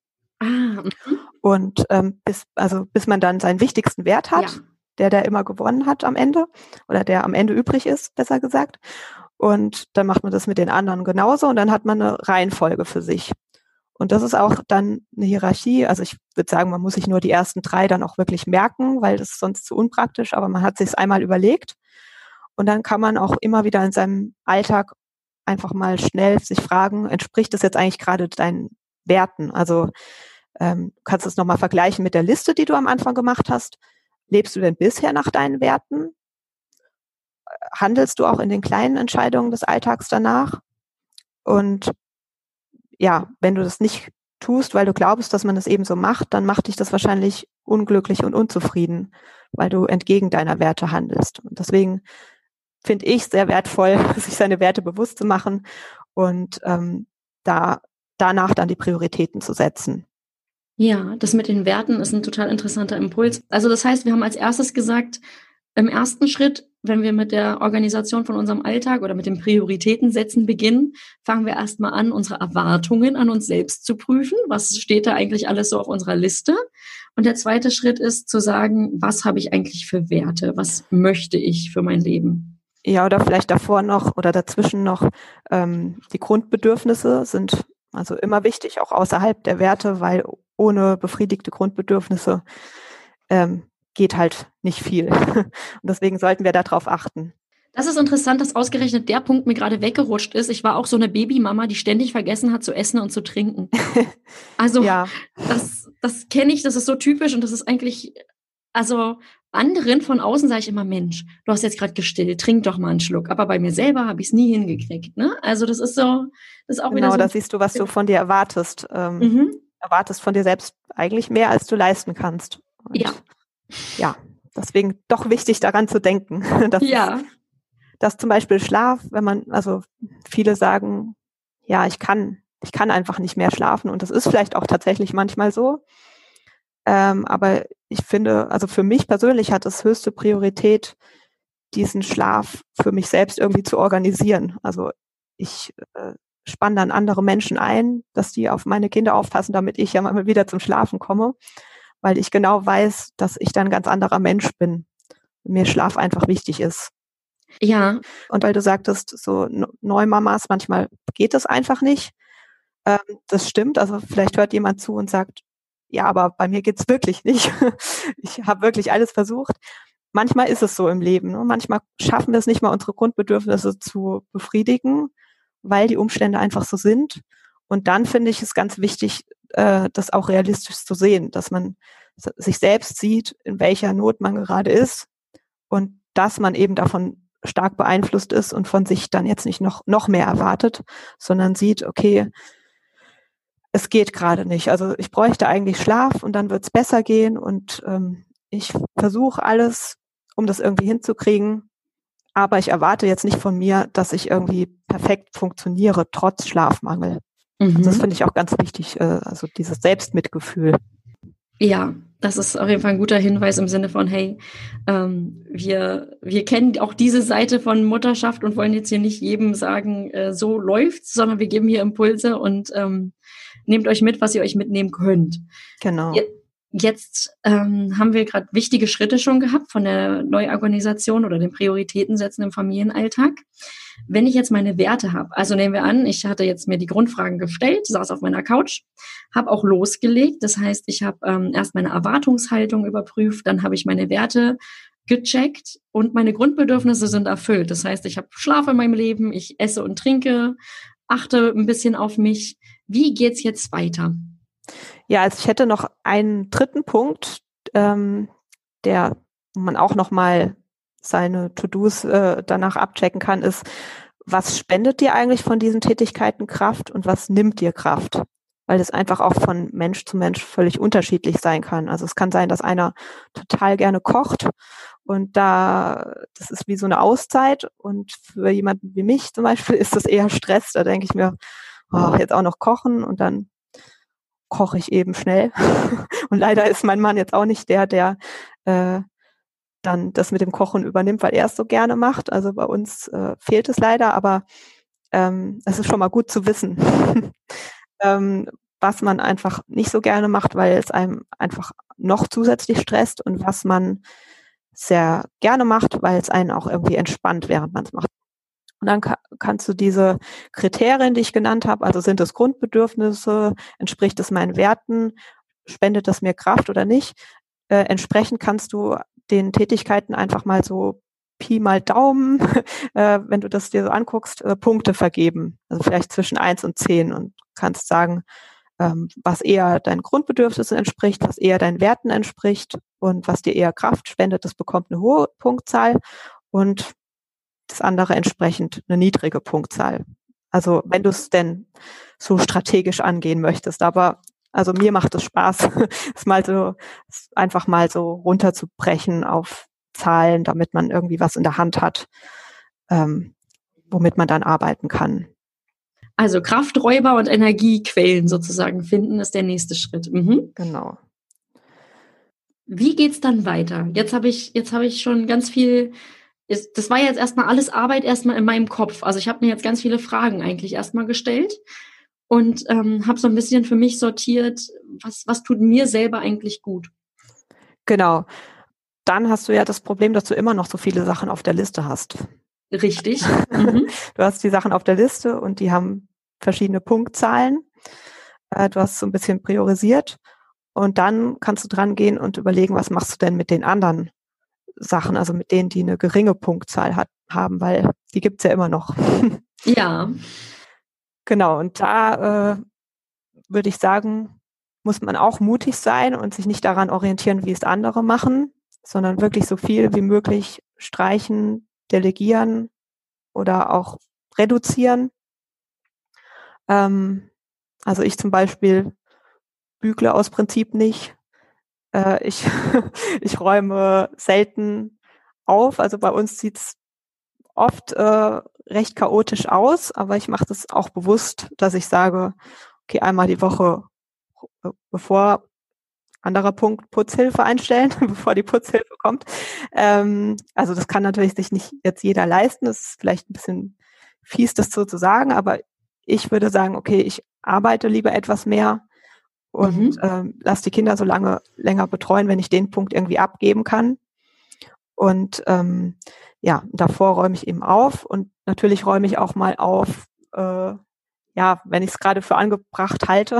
[SPEAKER 2] Und bis man dann seinen wichtigsten Wert hat, der immer gewonnen hat am Ende oder der am Ende übrig ist, besser gesagt. Und dann macht man das mit den anderen genauso und dann hat man eine Reihenfolge für sich. Und das ist auch dann eine Hierarchie. Also ich würde sagen, man muss sich nur die ersten 3 dann auch wirklich merken, weil das ist sonst zu unpraktisch, aber man hat sich es einmal überlegt. Und dann kann man auch immer wieder in seinem Alltag einfach mal schnell sich fragen, entspricht das jetzt eigentlich gerade deinen Werten? Also kannst du es nochmal vergleichen mit der Liste, die du am Anfang gemacht hast. Lebst du denn bisher nach deinen Werten? Handelst du auch in den kleinen Entscheidungen des Alltags danach? Und ja, wenn du das nicht tust, weil du glaubst, dass man das eben so macht, dann macht dich das wahrscheinlich unglücklich und unzufrieden, weil du entgegen deiner Werte handelst. Und deswegen finde ich sehr wertvoll, sich seine Werte bewusst zu machen und danach dann die Prioritäten zu setzen.
[SPEAKER 1] Ja, das mit den Werten ist ein total interessanter Impuls. Also das heißt, wir haben als erstes gesagt, im ersten Schritt, wenn wir mit der Organisation von unserem Alltag oder mit dem Prioritätensetzen beginnen, fangen wir erstmal an, unsere Erwartungen an uns selbst zu prüfen. Was steht da eigentlich alles so auf unserer Liste? Und der zweite Schritt ist zu sagen, was habe ich eigentlich für Werte? Was möchte ich für mein Leben?
[SPEAKER 2] Ja, oder vielleicht davor noch oder dazwischen noch, die Grundbedürfnisse sind also immer wichtig, auch außerhalb der Werte, weil ohne befriedigte Grundbedürfnisse geht halt nicht viel. Und deswegen sollten wir darauf achten.
[SPEAKER 1] Das ist interessant, dass ausgerechnet der Punkt mir gerade weggerutscht ist. Ich war auch so eine Babymama, die ständig vergessen hat zu essen und zu trinken. Also
[SPEAKER 2] ja.
[SPEAKER 1] das kenne ich, das ist so typisch und das ist eigentlich, also anderen von außen sage ich immer, Mensch, du hast jetzt gerade gestillt, trink doch mal einen Schluck. Aber bei mir selber habe ich es nie hingekriegt. Ne? Also das ist so, das ist auch wieder so.
[SPEAKER 2] Genau, da siehst du, was du von dir erwartest. Erwartest von dir selbst eigentlich mehr, als du leisten kannst. Und ja, deswegen doch wichtig, daran zu denken. Dass zum Beispiel Schlaf, also viele sagen, ja, ich kann einfach nicht mehr schlafen und das ist vielleicht auch tatsächlich manchmal so. Aber ich finde, also für mich persönlich hat es höchste Priorität, diesen Schlaf für mich selbst irgendwie zu organisieren. Also ich spanne dann andere Menschen ein, dass die auf meine Kinder aufpassen, damit ich ja mal wieder zum Schlafen komme, weil ich genau weiß, dass ich dann ein ganz anderer Mensch bin. Mir Schlaf einfach wichtig ist.
[SPEAKER 1] Ja.
[SPEAKER 2] Und weil du sagtest, so Neumamas, manchmal geht es einfach nicht. Das stimmt. Also vielleicht hört jemand zu und sagt, ja, aber bei mir geht's wirklich nicht. Ich habe wirklich alles versucht. Manchmal ist es so im Leben. Ne? Manchmal schaffen wir es nicht mal, unsere Grundbedürfnisse zu befriedigen, weil die Umstände einfach so sind. Und dann finde ich es ganz wichtig, das auch realistisch zu sehen, dass man sich selbst sieht, in welcher Not man gerade ist und dass man eben davon stark beeinflusst ist und von sich dann jetzt nicht noch mehr erwartet, sondern sieht, okay, es geht gerade nicht. Also ich bräuchte eigentlich Schlaf und dann wird es besser gehen und ich versuche alles, um das irgendwie hinzukriegen, aber ich erwarte jetzt nicht von mir, dass ich irgendwie perfekt funktioniere, trotz Schlafmangel. Also das finde ich auch ganz wichtig, also dieses Selbstmitgefühl.
[SPEAKER 1] Ja, das ist auf jeden Fall ein guter Hinweis im Sinne von, hey, wir kennen auch diese Seite von Mutterschaft und wollen jetzt hier nicht jedem sagen, so läuft's, sondern wir geben hier Impulse und nehmt euch mit, was ihr euch mitnehmen könnt.
[SPEAKER 2] Genau.
[SPEAKER 1] Jetzt haben wir gerade wichtige Schritte schon gehabt von der Neuorganisation oder den Prioritäten setzen im Familienalltag. Wenn ich jetzt meine Werte habe, also nehmen wir an, ich hatte jetzt mir die Grundfragen gestellt, saß auf meiner Couch, habe auch losgelegt. Das heißt, ich habe erst meine Erwartungshaltung überprüft, dann habe ich meine Werte gecheckt und meine Grundbedürfnisse sind erfüllt. Das heißt, ich habe Schlaf in meinem Leben, ich esse und trinke, achte ein bisschen auf mich. Wie geht's jetzt weiter?
[SPEAKER 2] Ja, also ich hätte noch einen dritten Punkt, der man auch noch mal seine To-Dos danach abchecken kann, ist, was spendet dir eigentlich von diesen Tätigkeiten Kraft und was nimmt dir Kraft? Weil es einfach auch von Mensch zu Mensch völlig unterschiedlich sein kann. Also es kann sein, dass einer total gerne kocht und das ist wie so eine Auszeit und für jemanden wie mich zum Beispiel ist das eher Stress. Da denke ich mir, jetzt auch noch kochen und dann koche ich eben schnell. Und leider ist mein Mann jetzt auch nicht der dann das mit dem Kochen übernimmt, weil er es so gerne macht. Also bei uns fehlt es leider, aber es ist schon mal gut zu wissen, was man einfach nicht so gerne macht, weil es einem einfach noch zusätzlich stresst und was man sehr gerne macht, weil es einen auch irgendwie entspannt, während man es macht. Und dann kannst du diese Kriterien, die ich genannt habe, also sind es Grundbedürfnisse, entspricht es meinen Werten, spendet es mir Kraft oder nicht, entsprechend kannst du den Tätigkeiten einfach mal so Pi mal Daumen, wenn du das dir so anguckst, Punkte vergeben. Also vielleicht zwischen 1 und 10 und kannst sagen, was eher deinen Grundbedürfnissen entspricht, was eher deinen Werten entspricht und was dir eher Kraft spendet, das bekommt eine hohe Punktzahl und das andere entsprechend eine niedrige Punktzahl. Also wenn du es denn so strategisch angehen möchtest, aber also mir macht es Spaß, es einfach mal so runterzubrechen auf Zahlen, damit man irgendwie was in der Hand hat, womit man dann arbeiten kann.
[SPEAKER 1] Also Krafträuber und Energiequellen sozusagen finden ist der nächste Schritt.
[SPEAKER 2] Genau.
[SPEAKER 1] Wie geht's dann weiter? Jetzt habe ich schon ganz viel, das war jetzt erstmal alles Arbeit erstmal in meinem Kopf. Also ich habe mir jetzt ganz viele Fragen eigentlich erstmal gestellt und habe so ein bisschen für mich sortiert, was tut mir selber eigentlich gut.
[SPEAKER 2] Genau. Dann hast du ja das Problem, dass du immer noch so viele Sachen auf der Liste hast.
[SPEAKER 1] Richtig. Mhm.
[SPEAKER 2] Du hast die Sachen auf der Liste und die haben verschiedene Punktzahlen. Du hast so ein bisschen priorisiert und dann kannst du dran gehen und überlegen, was machst du denn mit den anderen Sachen, also mit denen, die eine geringe Punktzahl haben, weil die gibt's ja immer noch.
[SPEAKER 1] Ja.
[SPEAKER 2] Genau, und da würde ich sagen, muss man auch mutig sein und sich nicht daran orientieren, wie es andere machen, sondern wirklich so viel wie möglich streichen, delegieren oder auch reduzieren. Also ich zum Beispiel bügle aus Prinzip nicht. Ich, ich räume selten auf. Also bei uns sieht's oft recht chaotisch aus, aber ich mache das auch bewusst, dass ich sage, okay, einmal die Woche, bevor anderer Punkt, Putzhilfe einstellen, bevor die Putzhilfe kommt. Also das kann natürlich sich nicht jetzt jeder leisten. Das ist vielleicht ein bisschen fies, das so zu sagen, aber ich würde sagen, okay, ich arbeite lieber etwas mehr und lasse die Kinder so länger betreuen, wenn ich den Punkt irgendwie abgeben kann. Und ja, davor räume ich eben auf und natürlich räume ich auch mal auf, ja, wenn ich es gerade für angebracht halte.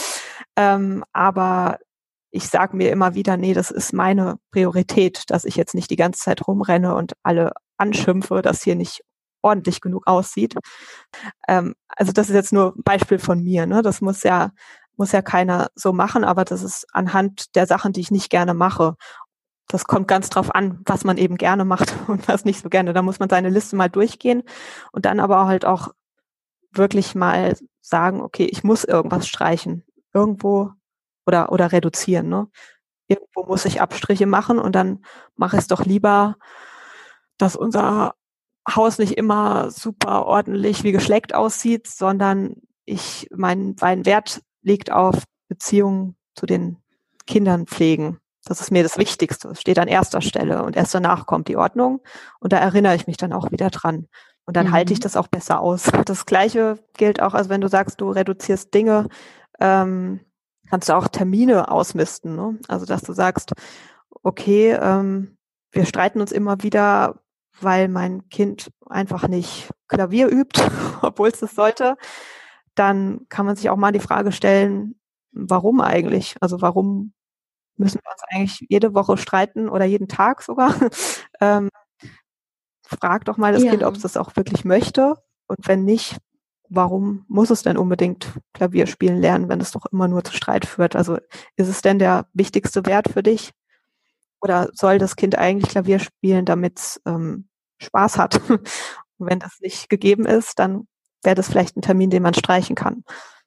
[SPEAKER 2] Aber ich sage mir immer wieder, nee, das ist meine Priorität, dass ich jetzt nicht die ganze Zeit rumrenne und alle anschimpfe, dass hier nicht ordentlich genug aussieht. Also das ist jetzt nur ein Beispiel von mir, ne? Das muss ja keiner so machen, aber das ist anhand der Sachen, die ich nicht gerne mache. Das kommt ganz drauf an, was man eben gerne macht und was nicht so gerne. Da muss man seine Liste mal durchgehen und dann aber halt auch wirklich mal sagen, okay, ich muss irgendwas streichen. Irgendwo oder reduzieren, ne? Irgendwo muss ich Abstriche machen und dann mache ich es doch lieber, dass unser Haus nicht immer super ordentlich wie geschleckt aussieht, sondern mein Wert liegt auf Beziehungen zu den Kindern pflegen. Das ist mir das Wichtigste. Es steht an erster Stelle und erst danach kommt die Ordnung und da erinnere ich mich dann auch wieder dran. Und dann halte ich das auch besser aus. Das Gleiche gilt auch, also wenn du sagst, du reduzierst Dinge, kannst du auch Termine ausmisten, ne? Also dass du sagst, okay, wir streiten uns immer wieder, weil mein Kind einfach nicht Klavier übt, obwohl es das sollte. Dann kann man sich auch mal die Frage stellen, warum eigentlich? Also warum müssen wir uns eigentlich jede Woche streiten oder jeden Tag sogar? Frag doch mal das Kind, ob es das auch wirklich möchte. Und wenn nicht, warum muss es denn unbedingt Klavier spielen lernen, wenn es doch immer nur zu Streit führt? Also ist es denn der wichtigste Wert für dich? Oder soll das Kind eigentlich Klavier spielen, damit es Spaß hat? Und wenn das nicht gegeben ist, dann wäre das vielleicht ein Termin, den man streichen kann.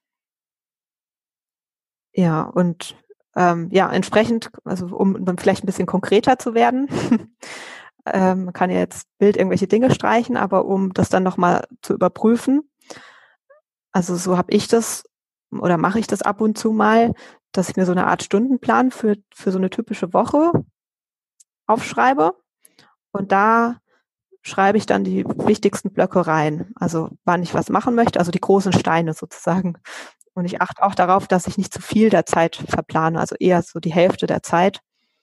[SPEAKER 2] Ja, und ja, entsprechend, also um dann vielleicht ein bisschen konkreter zu werden, man kann ja jetzt wild irgendwelche Dinge streichen, aber um das dann nochmal zu überprüfen, also so habe ich das oder mache ich das ab und zu mal, dass ich mir so eine Art Stundenplan für so eine typische Woche aufschreibe und da schreibe ich dann die wichtigsten Blöcke rein, also wann ich was machen möchte, also die großen Steine sozusagen. Und ich achte auch darauf, dass ich nicht zu viel der Zeit verplane, also eher so die Hälfte der Zeit.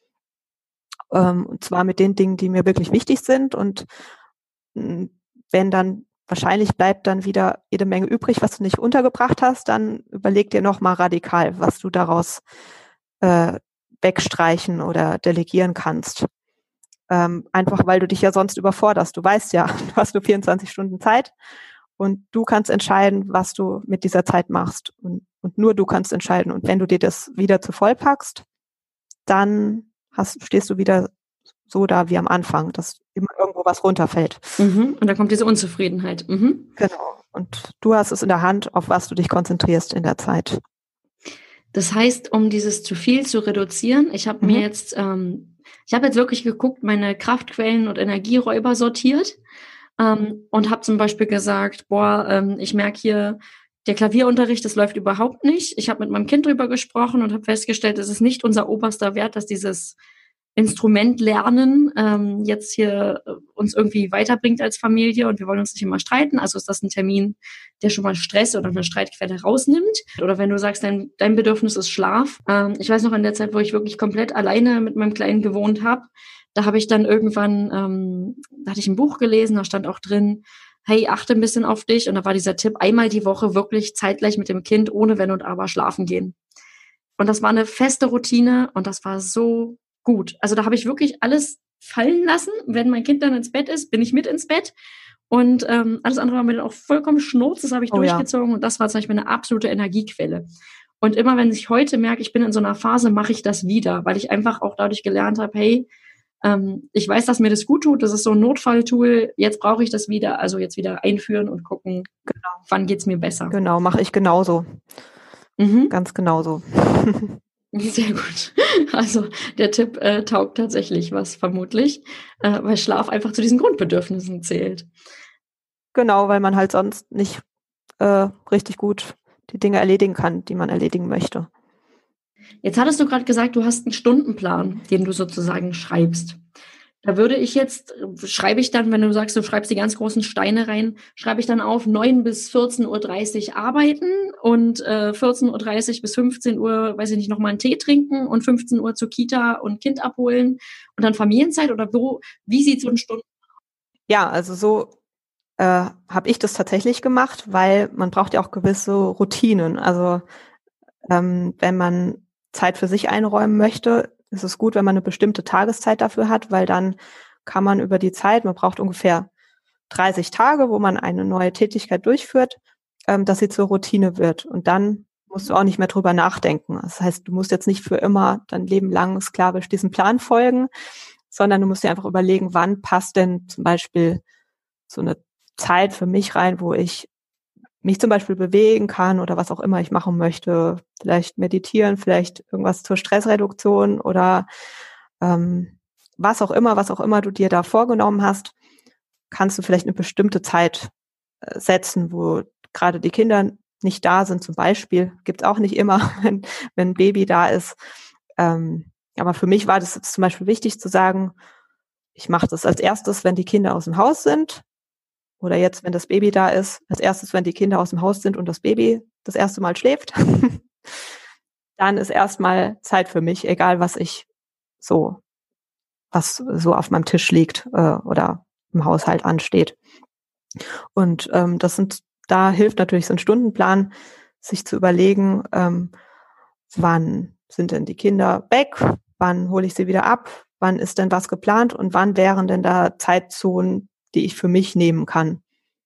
[SPEAKER 2] Und zwar mit den Dingen, die mir wirklich wichtig sind. Und wenn dann wahrscheinlich bleibt dann wieder jede Menge übrig, was du nicht untergebracht hast, dann überleg dir nochmal radikal, was du daraus wegstreichen oder delegieren kannst. Einfach weil du dich ja sonst überforderst. Du weißt ja, du hast nur 24 Stunden Zeit und du kannst entscheiden, was du mit dieser Zeit machst. Und nur du kannst entscheiden. Und wenn du dir das wieder zu voll packst, dann stehst du wieder so da wie am Anfang, dass immer irgendwo was runterfällt.
[SPEAKER 1] Und dann kommt diese Unzufriedenheit.
[SPEAKER 2] Genau. Und du hast es in der Hand, auf was du dich konzentrierst in der Zeit.
[SPEAKER 1] Das heißt, um dieses zu viel zu reduzieren, ich habe mir jetzt, ich habe jetzt wirklich geguckt, meine Kraftquellen und Energieräuber sortiert und habe zum Beispiel gesagt, ich merke hier, der Klavierunterricht, das läuft überhaupt nicht. Ich habe mit meinem Kind drüber gesprochen und habe festgestellt, es ist nicht unser oberster Wert, dass dieses Instrument lernen jetzt hier uns irgendwie weiterbringt als Familie und wir wollen uns nicht immer streiten. Also ist das ein Termin, der schon mal Stress oder eine Streitquelle rausnimmt. Oder wenn du sagst, dein Bedürfnis ist Schlaf. Ich weiß noch in der Zeit, wo ich wirklich komplett alleine mit meinem Kleinen gewohnt habe, da habe ich dann irgendwann, da hatte ich ein Buch gelesen, da stand auch drin, hey, achte ein bisschen auf dich. Und da war dieser Tipp, einmal die Woche wirklich zeitgleich mit dem Kind ohne Wenn und Aber schlafen gehen. Und das war eine feste Routine und das war so gut. Also da habe ich wirklich alles fallen lassen. Wenn mein Kind dann ins Bett ist, bin ich mit ins Bett. Und alles andere war mir dann auch vollkommen schnurz. Das habe ich durchgezogen. Ja. Und das war zum Beispiel eine absolute Energiequelle. Und immer wenn ich heute merke, ich bin in so einer Phase, mache ich das wieder, weil ich einfach auch dadurch gelernt habe, hey, ich weiß, dass mir das gut tut. Das ist so ein Notfalltool. Jetzt brauche ich das wieder. Also jetzt wieder einführen und gucken, genau, wann geht's mir besser.
[SPEAKER 2] Genau, mache ich genauso. Ganz genauso.
[SPEAKER 1] Sehr gut. Also der Tipp taugt tatsächlich was, vermutlich, weil Schlaf einfach zu diesen Grundbedürfnissen zählt.
[SPEAKER 2] Genau, weil man halt sonst nicht richtig gut die Dinge erledigen kann, die man erledigen möchte.
[SPEAKER 1] Jetzt hattest du gerade gesagt, du hast einen Stundenplan, den du sozusagen schreibst. Da würde ich jetzt, schreibe ich dann, wenn du sagst, du schreibst die ganz großen Steine rein, schreibe ich dann auf 9 bis 14.30 Uhr arbeiten und 14.30 Uhr bis 15 Uhr, weiß ich nicht, nochmal einen Tee trinken und 15 Uhr zur Kita und Kind abholen und dann Familienzeit oder wie sieht so ein Stundenplan aus?
[SPEAKER 2] Ja, also so habe ich das tatsächlich gemacht, weil man braucht ja auch gewisse Routinen. Also wenn man Zeit für sich einräumen möchte, ist es gut, wenn man eine bestimmte Tageszeit dafür hat, weil dann kann man über die Zeit, man braucht ungefähr 30 Tage, wo man eine neue Tätigkeit durchführt, dass sie zur Routine wird. Und dann musst du auch nicht mehr drüber nachdenken. Das heißt, du musst jetzt nicht für immer dein Leben lang sklavisch diesem Plan folgen, sondern du musst dir einfach überlegen, wann passt denn zum Beispiel so eine Zeit für mich rein, wo ich mich zum Beispiel bewegen kann oder was auch immer ich machen möchte. Vielleicht meditieren, vielleicht irgendwas zur Stressreduktion oder was auch immer du dir da vorgenommen hast, kannst du vielleicht eine bestimmte Zeit setzen, wo gerade die Kinder nicht da sind zum Beispiel. Gibt es auch nicht immer, wenn ein Baby da ist. Aber für mich war das jetzt zum Beispiel wichtig zu sagen, ich mache das als erstes, wenn die Kinder aus dem Haus sind. Oder jetzt, wenn das Baby da ist, als erstes, wenn die Kinder aus dem Haus sind und das Baby das erste Mal schläft, dann ist erstmal Zeit für mich, egal was so auf meinem Tisch liegt oder im Haushalt ansteht. Und da hilft natürlich so ein Stundenplan, sich zu überlegen, wann sind denn die Kinder weg, wann hole ich sie wieder ab, wann ist denn was geplant und wann wären denn da Zeitzonen, die ich für mich nehmen kann.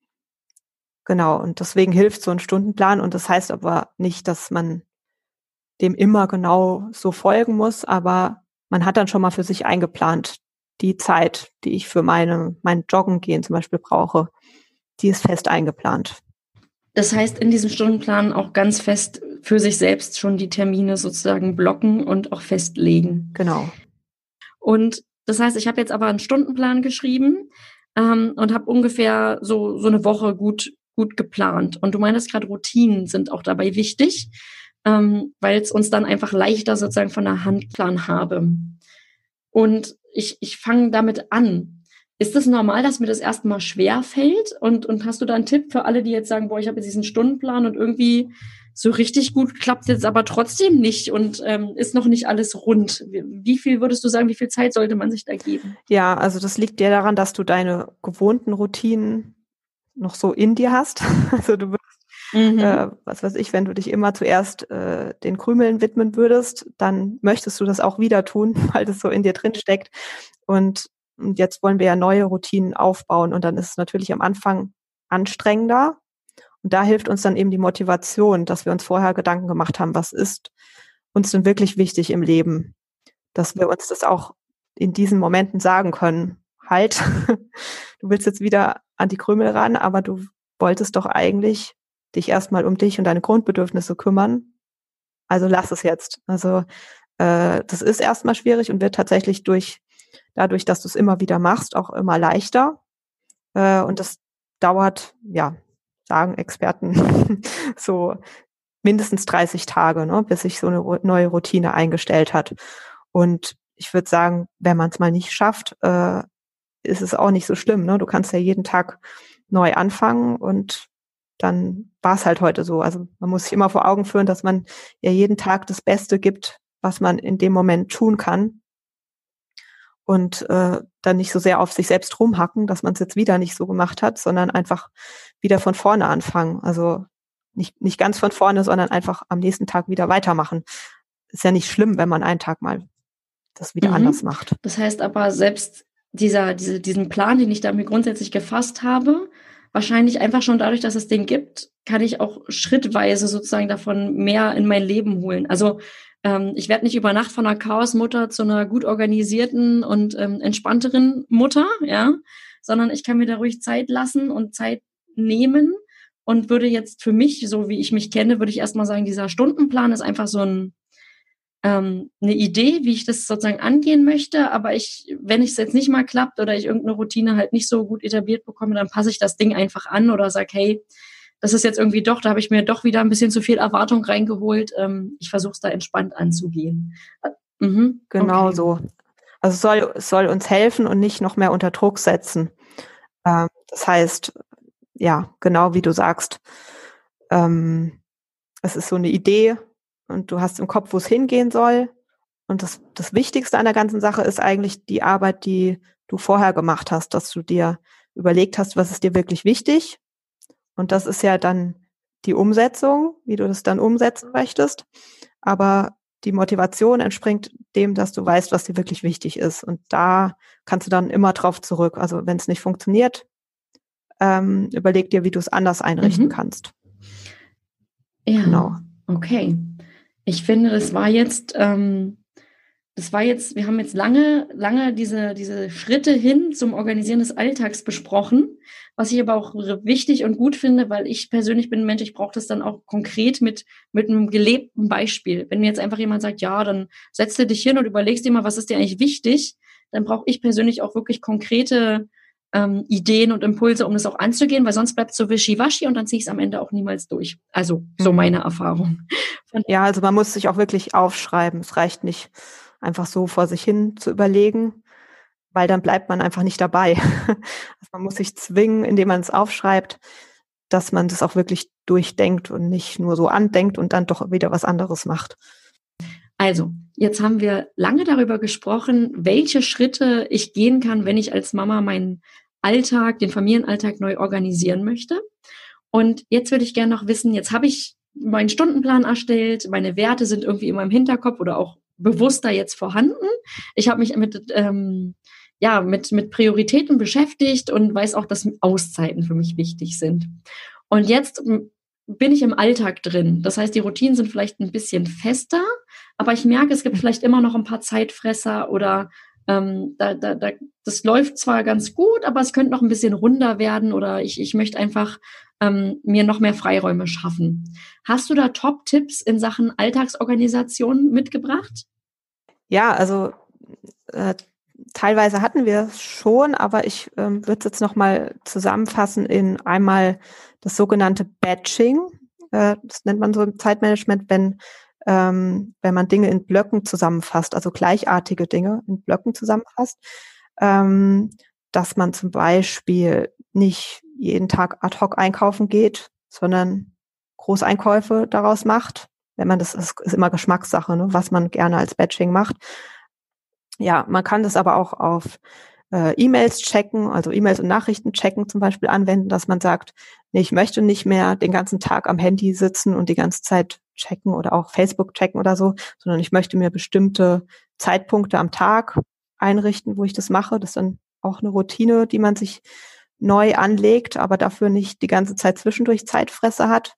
[SPEAKER 2] Genau, und deswegen hilft so ein Stundenplan und das heißt aber nicht, dass man dem immer genau so folgen muss, aber man hat dann schon mal für sich eingeplant, die Zeit, die ich für mein Joggen gehen zum Beispiel brauche, die ist fest eingeplant.
[SPEAKER 1] Das heißt, in diesem Stundenplan auch ganz fest für sich selbst schon die Termine sozusagen blocken und auch festlegen.
[SPEAKER 2] Genau.
[SPEAKER 1] Und das heißt, ich habe jetzt aber einen Stundenplan geschrieben, und habe ungefähr so eine Woche gut geplant. Und du meintest gerade, Routinen sind auch dabei wichtig, weil es uns dann einfach leichter sozusagen von der Hand planen habe. Und ich fange damit an. Ist es normal, dass mir das erstmal schwer fällt? Und hast du da einen Tipp für alle, die jetzt sagen, boah, ich habe jetzt diesen Stundenplan und irgendwie so richtig gut klappt jetzt aber trotzdem nicht und ist noch nicht alles rund. Wie viel würdest du sagen, wie viel Zeit sollte man sich da geben?
[SPEAKER 2] Ja, also das liegt ja daran, dass du deine gewohnten Routinen noch so in dir hast. Also du würdest, was weiß ich, wenn du dich immer zuerst den Krümeln widmen würdest, dann möchtest du das auch wieder tun, weil das so in dir drin steckt. Und jetzt wollen wir ja neue Routinen aufbauen und dann ist es natürlich am Anfang anstrengender. Und da hilft uns dann eben die Motivation, dass wir uns vorher Gedanken gemacht haben, was ist uns denn wirklich wichtig im Leben, dass wir uns das auch in diesen Momenten sagen können. Halt, du willst jetzt wieder an die Krümel ran, aber du wolltest doch eigentlich dich erstmal um dich und deine Grundbedürfnisse kümmern. Also lass es jetzt. Also das ist erstmal schwierig und wird tatsächlich dadurch, dass du es immer wieder machst, auch immer leichter. Und das dauert, ja, sagen Experten, so mindestens 30 Tage, ne, bis sich so eine neue Routine eingestellt hat. Und ich würde sagen, wenn man es mal nicht schafft, ist es auch nicht so schlimm. Ne? Du kannst ja jeden Tag neu anfangen und dann war es halt heute so. Also man muss sich immer vor Augen führen, dass man ja jeden Tag das Beste gibt, was man in dem Moment tun kann. Und dann nicht so sehr auf sich selbst rumhacken, dass man es jetzt wieder nicht so gemacht hat, sondern einfach wieder von vorne anfangen. Also nicht ganz von vorne, sondern einfach am nächsten Tag wieder weitermachen. Ist ja nicht schlimm, wenn man einen Tag mal das wieder anders macht.
[SPEAKER 1] Das heißt aber, selbst diesen Plan, den ich da mir grundsätzlich gefasst habe, wahrscheinlich einfach schon dadurch, dass es den gibt, kann ich auch schrittweise sozusagen davon mehr in mein Leben holen. Also ich werde nicht über Nacht von einer Chaosmutter zu einer gut organisierten und entspannteren Mutter, ja, sondern ich kann mir da ruhig Zeit lassen und Zeit nehmen und würde jetzt für mich, so wie ich mich kenne, würde ich erstmal sagen, dieser Stundenplan ist einfach so eine Idee, wie ich das sozusagen angehen möchte, aber wenn es jetzt nicht mal klappt oder ich irgendeine Routine halt nicht so gut etabliert bekomme, dann passe ich das Ding einfach an oder sage, hey, das ist jetzt irgendwie doch, da habe ich mir doch wieder ein bisschen zu viel Erwartung reingeholt. Ich versuche es da entspannt anzugehen.
[SPEAKER 2] Genau okay. So. Also es soll uns helfen und nicht noch mehr unter Druck setzen. Das heißt, ja, genau wie du sagst, es ist so eine Idee und du hast im Kopf, wo es hingehen soll. Und das Wichtigste an der ganzen Sache ist eigentlich die Arbeit, die du vorher gemacht hast, dass du dir überlegt hast, was ist dir wirklich wichtig. Und das ist ja dann die Umsetzung, wie du das dann umsetzen möchtest. Aber die Motivation entspringt dem, dass du weißt, was dir wirklich wichtig ist. Und da kannst du dann immer drauf zurück. Also wenn es nicht funktioniert, überleg dir, wie du es anders einrichten kannst.
[SPEAKER 1] Ja, genau. Okay. Ich finde, wir haben jetzt lange diese Schritte hin zum Organisieren des Alltags besprochen, was ich aber auch wichtig und gut finde, weil ich persönlich bin ein Mensch, ich brauche das dann auch konkret mit einem gelebten Beispiel. Wenn mir jetzt einfach jemand sagt, ja, dann setz du dich hin und überlegst dir mal, was ist dir eigentlich wichtig, dann brauche ich persönlich auch wirklich konkrete Ideen und Impulse, um das auch anzugehen, weil sonst bleibt es so wischiwaschi und dann ziehe ich es am Ende auch niemals durch. Also so meine Erfahrung.
[SPEAKER 2] Ja, also man muss sich auch wirklich aufschreiben. Es reicht nicht, einfach so vor sich hin zu überlegen, weil dann bleibt man einfach nicht dabei. Also man muss sich zwingen, indem man es aufschreibt, dass man das auch wirklich durchdenkt und nicht nur so andenkt und dann doch wieder was anderes macht.
[SPEAKER 1] Also, jetzt haben wir lange darüber gesprochen, welche Schritte ich gehen kann, wenn ich als Mama meinen Alltag, den Familienalltag neu organisieren möchte. Und jetzt würde ich gerne noch wissen, jetzt habe ich meinen Stundenplan erstellt, meine Werte sind irgendwie in meinem Hinterkopf oder auch bewusster jetzt vorhanden. Ich habe mich mit Prioritäten beschäftigt und weiß auch, dass Auszeiten für mich wichtig sind. Und jetzt bin ich im Alltag drin. Das heißt, die Routinen sind vielleicht ein bisschen fester, aber ich merke, es gibt vielleicht immer noch ein paar Zeitfresser oder das läuft zwar ganz gut, aber es könnte noch ein bisschen runder werden oder ich möchte einfach mir noch mehr Freiräume schaffen. Hast du da Top-Tipps in Sachen Alltagsorganisation mitgebracht?
[SPEAKER 2] Ja, also teilweise hatten wir es schon, aber ich würde es jetzt nochmal zusammenfassen in einmal das sogenannte Batching. Das nennt man so im Zeitmanagement, wenn man Dinge in Blöcken zusammenfasst, also gleichartige Dinge in Blöcken zusammenfasst, dass man zum Beispiel nicht jeden Tag ad hoc einkaufen geht, sondern Großeinkäufe daraus macht. Wenn man das ist immer Geschmackssache, ne, was man gerne als Batching macht. Ja, man kann das aber auch auf E-Mails checken, also E-Mails und Nachrichten checken zum Beispiel anwenden, dass man sagt, nee, ich möchte nicht mehr den ganzen Tag am Handy sitzen und die ganze Zeit checken oder auch Facebook checken oder so, sondern ich möchte mir bestimmte Zeitpunkte am Tag einrichten, wo ich das mache. Das ist dann auch eine Routine, die man sich neu anlegt, aber dafür nicht die ganze Zeit zwischendurch Zeitfresse hat.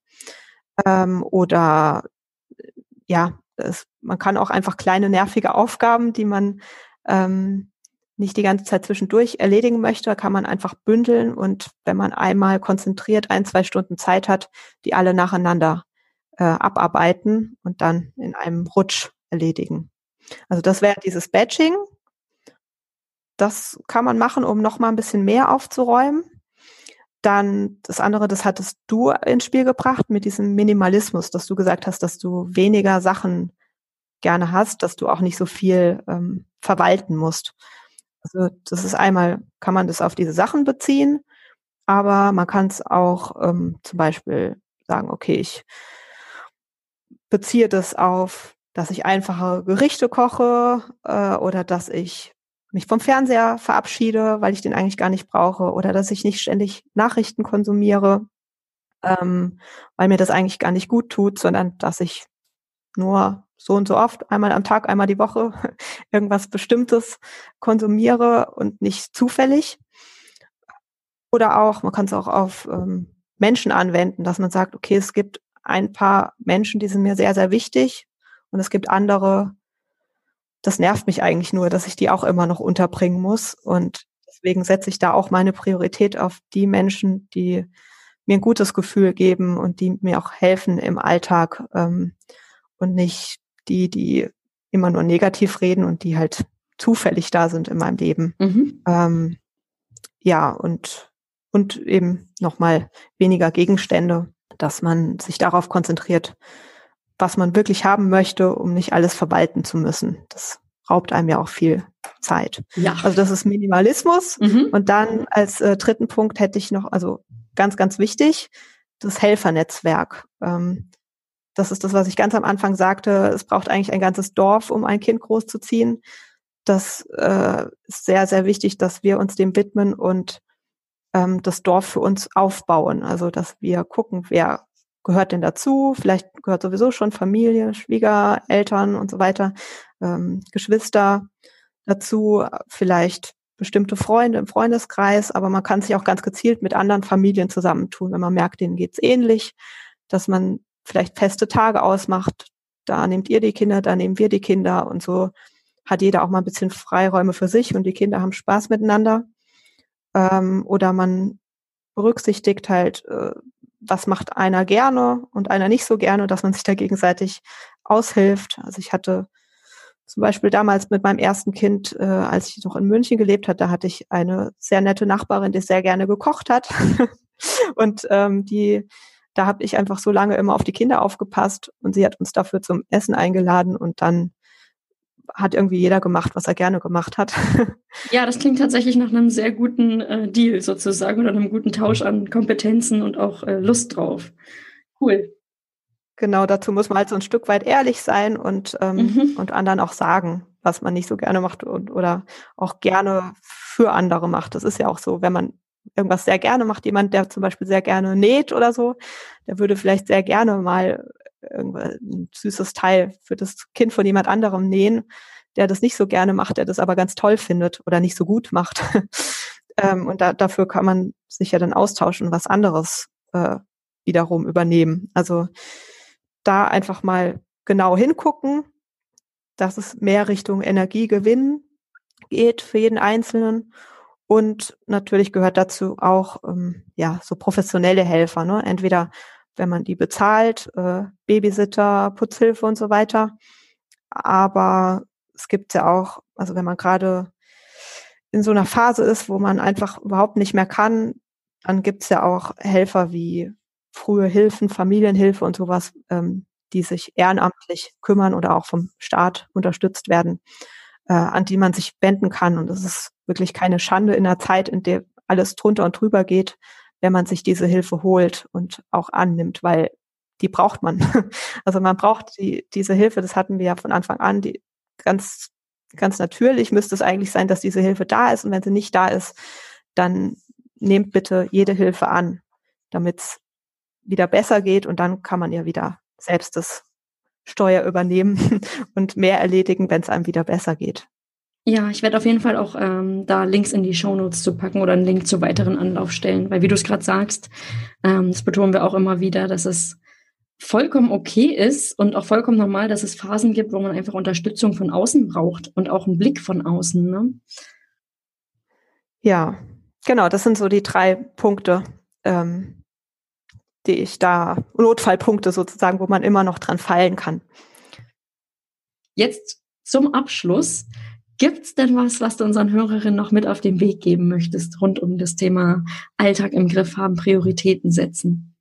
[SPEAKER 2] Oder ja, man kann auch einfach kleine nervige Aufgaben, die man nicht die ganze Zeit zwischendurch erledigen möchte, kann man einfach bündeln und wenn man einmal konzentriert 1-2 Stunden Zeit hat, die alle nacheinander abarbeiten und dann in einem Rutsch erledigen. Also das wäre dieses Batching. Das kann man machen, um noch mal ein bisschen mehr aufzuräumen. dann das andere, das hattest du ins Spiel gebracht mit diesem Minimalismus, dass du gesagt hast, dass du weniger Sachen gerne hast, dass du auch nicht so viel verwalten musst. Also das ist einmal, kann man das auf diese Sachen beziehen, aber man kann es auch zum Beispiel sagen, okay, ich beziehe das auf, dass ich einfache Gerichte koche oder dass ich mich vom Fernseher verabschiede, weil ich den eigentlich gar nicht brauche, oder dass ich nicht ständig Nachrichten konsumiere, weil mir das eigentlich gar nicht gut tut, sondern dass ich nur so und so oft, einmal am Tag, einmal die Woche, irgendwas Bestimmtes konsumiere und nicht zufällig. Oder auch, man kann es auch auf Menschen anwenden, dass man sagt, okay, es gibt ein paar Menschen, die sind mir sehr, sehr wichtig, und es gibt andere, das nervt mich eigentlich nur, dass ich die auch immer noch unterbringen muss, und deswegen setze ich da auch meine Priorität auf die Menschen, die mir ein gutes Gefühl geben und die mir auch helfen im Alltag, und nicht die immer nur negativ reden und die halt zufällig da sind in meinem Leben. Ja, und eben nochmal weniger Gegenstände, dass man sich darauf konzentriert, was man wirklich haben möchte, um nicht alles verwalten zu müssen. Das raubt einem ja auch viel Zeit.
[SPEAKER 1] Ja.
[SPEAKER 2] Also das ist Minimalismus. Und dann als dritten Punkt hätte ich noch, also ganz, ganz wichtig, das Helfernetzwerk. Das ist das, was ich ganz am Anfang sagte. Es braucht eigentlich ein ganzes Dorf, um ein Kind großzuziehen. Das ist sehr, sehr wichtig, dass wir uns dem widmen und das Dorf für uns aufbauen. Also, dass wir gucken, wer gehört denn dazu? Vielleicht gehört sowieso schon Familie, Schwiegereltern und so weiter, Geschwister dazu, vielleicht bestimmte Freunde im Freundeskreis, aber man kann sich auch ganz gezielt mit anderen Familien zusammentun, wenn man merkt, denen geht's ähnlich, dass man vielleicht feste Tage ausmacht. Da nehmt ihr die Kinder, da nehmen wir die Kinder, und so hat jeder auch mal ein bisschen Freiräume für sich und die Kinder haben Spaß miteinander. Oder man berücksichtigt halt, was macht einer gerne und einer nicht so gerne, dass man sich da gegenseitig aushilft. Also ich hatte zum Beispiel damals mit meinem ersten Kind, als ich noch in München gelebt habe, da hatte ich eine sehr nette Nachbarin, die sehr gerne gekocht hat. Und da habe ich einfach so lange immer auf die Kinder aufgepasst, und sie hat uns dafür zum Essen eingeladen, und dann hat irgendwie jeder gemacht, was er gerne gemacht hat.
[SPEAKER 1] Ja, das klingt tatsächlich nach einem sehr guten Deal sozusagen oder einem guten Tausch an Kompetenzen und auch Lust drauf. Cool.
[SPEAKER 2] Genau, dazu muss man halt so ein Stück weit ehrlich sein und anderen auch sagen, was man nicht so gerne macht oder auch gerne für andere macht. Das ist ja auch so, wenn man irgendwas sehr gerne macht, jemand, der zum Beispiel sehr gerne näht oder so, der würde vielleicht sehr gerne mal ein süßes Teil für das Kind von jemand anderem nähen, der das nicht so gerne macht, der das aber ganz toll findet oder nicht so gut macht. Und dafür kann man sich ja dann austauschen, was anderes wiederum übernehmen. Also da einfach mal genau hingucken, dass es mehr Richtung Energiegewinn geht für jeden Einzelnen. Und natürlich gehört dazu auch so professionelle Helfer, ne? Entweder wenn man die bezahlt, Babysitter, Putzhilfe und so weiter. Aber es gibt ja auch, also wenn man gerade in so einer Phase ist, wo man einfach überhaupt nicht mehr kann, dann gibt's ja auch Helfer wie frühe Hilfen, Familienhilfe und sowas, die sich ehrenamtlich kümmern oder auch vom Staat unterstützt werden, an die man sich wenden kann. Und es ist wirklich keine Schande in einer Zeit, in der alles drunter und drüber geht, wenn man sich diese Hilfe holt und auch annimmt, weil die braucht man. Also man braucht diese Hilfe, das hatten wir ja von Anfang an, die ganz, ganz natürlich müsste es eigentlich sein, dass diese Hilfe da ist. Und wenn sie nicht da ist, dann nehmt bitte jede Hilfe an, damit es wieder besser geht, und dann kann man ja wieder selbst das Steuer übernehmen und mehr erledigen, wenn es einem wieder besser geht.
[SPEAKER 1] Ja, ich werde auf jeden Fall auch da Links in die Shownotes zu packen oder einen Link zu weiteren Anlaufstellen, weil wie du es gerade sagst, das betonen wir auch immer wieder, dass es vollkommen okay ist und auch vollkommen normal, dass es Phasen gibt, wo man einfach Unterstützung von außen braucht und auch einen Blick von außen, ne?
[SPEAKER 2] Ja, genau, das sind so die 3 Punkte, die ich da, Notfallpunkte sozusagen, wo man immer noch dran fallen kann.
[SPEAKER 1] Jetzt zum Abschluss Gibt's denn was du unseren Hörerinnen noch mit auf den Weg geben möchtest, rund um das Thema Alltag im Griff haben, Prioritäten setzen?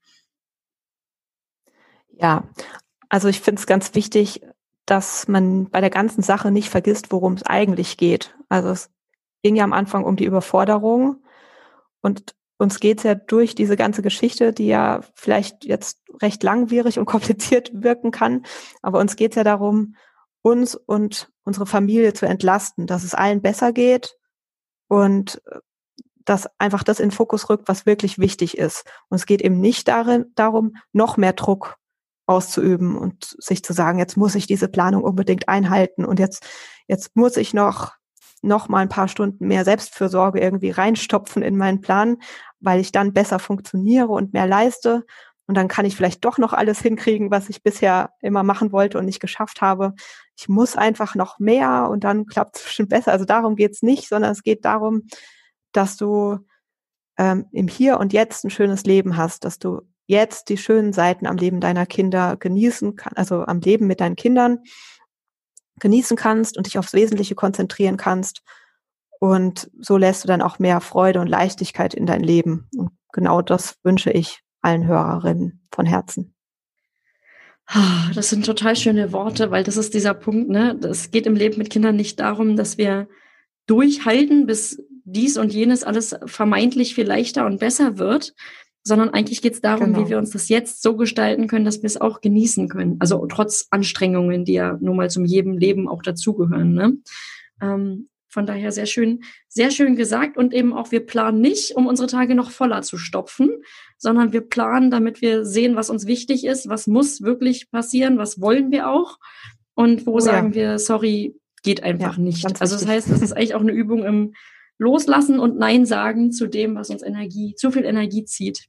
[SPEAKER 2] Ja, also ich finde es ganz wichtig, dass man bei der ganzen Sache nicht vergisst, worum es eigentlich geht. Also es ging ja am Anfang um die Überforderung und uns geht's ja durch diese ganze Geschichte, die ja vielleicht jetzt recht langwierig und kompliziert wirken kann, aber uns geht's ja darum, uns und unsere Familie zu entlasten, dass es allen besser geht und dass einfach das in den Fokus rückt, was wirklich wichtig ist. Und es geht eben nicht darum, noch mehr Druck auszuüben und sich zu sagen, jetzt muss ich diese Planung unbedingt einhalten und jetzt muss ich noch mal ein paar Stunden mehr Selbstfürsorge irgendwie reinstopfen in meinen Plan, weil ich dann besser funktioniere und mehr leiste. Und dann kann ich vielleicht doch noch alles hinkriegen, was ich bisher immer machen wollte und nicht geschafft habe. Ich muss einfach noch mehr und dann klappt es bestimmt besser. Also darum geht's nicht, sondern es geht darum, dass du im Hier und Jetzt ein schönes Leben hast, dass du jetzt die schönen Seiten am Leben deiner Kinder genießen kannst, also am Leben mit deinen Kindern genießen kannst und dich aufs Wesentliche konzentrieren kannst. Und so lässt du dann auch mehr Freude und Leichtigkeit in dein Leben. Und genau das wünsche ich allen Hörerinnen von Herzen.
[SPEAKER 1] Das sind total schöne Worte, weil das ist dieser Punkt, ne? Es geht im Leben mit Kindern nicht darum, dass wir durchhalten, bis dies und jenes alles vermeintlich viel leichter und besser wird, sondern eigentlich geht es darum, wie wir uns das jetzt so gestalten können, dass wir es auch genießen können. Also trotz Anstrengungen, die ja nun mal zum jedem Leben auch dazugehören, ne? Von daher sehr schön gesagt. Und eben auch, wir planen nicht, um unsere Tage noch voller zu stopfen, sondern wir planen, damit wir sehen, was uns wichtig ist, was muss wirklich passieren, was wollen wir auch und wo sagen wir, sorry, geht einfach nicht. Also das heißt, es ist eigentlich auch eine Übung im Loslassen und Nein sagen zu dem, was uns zu viel Energie zieht.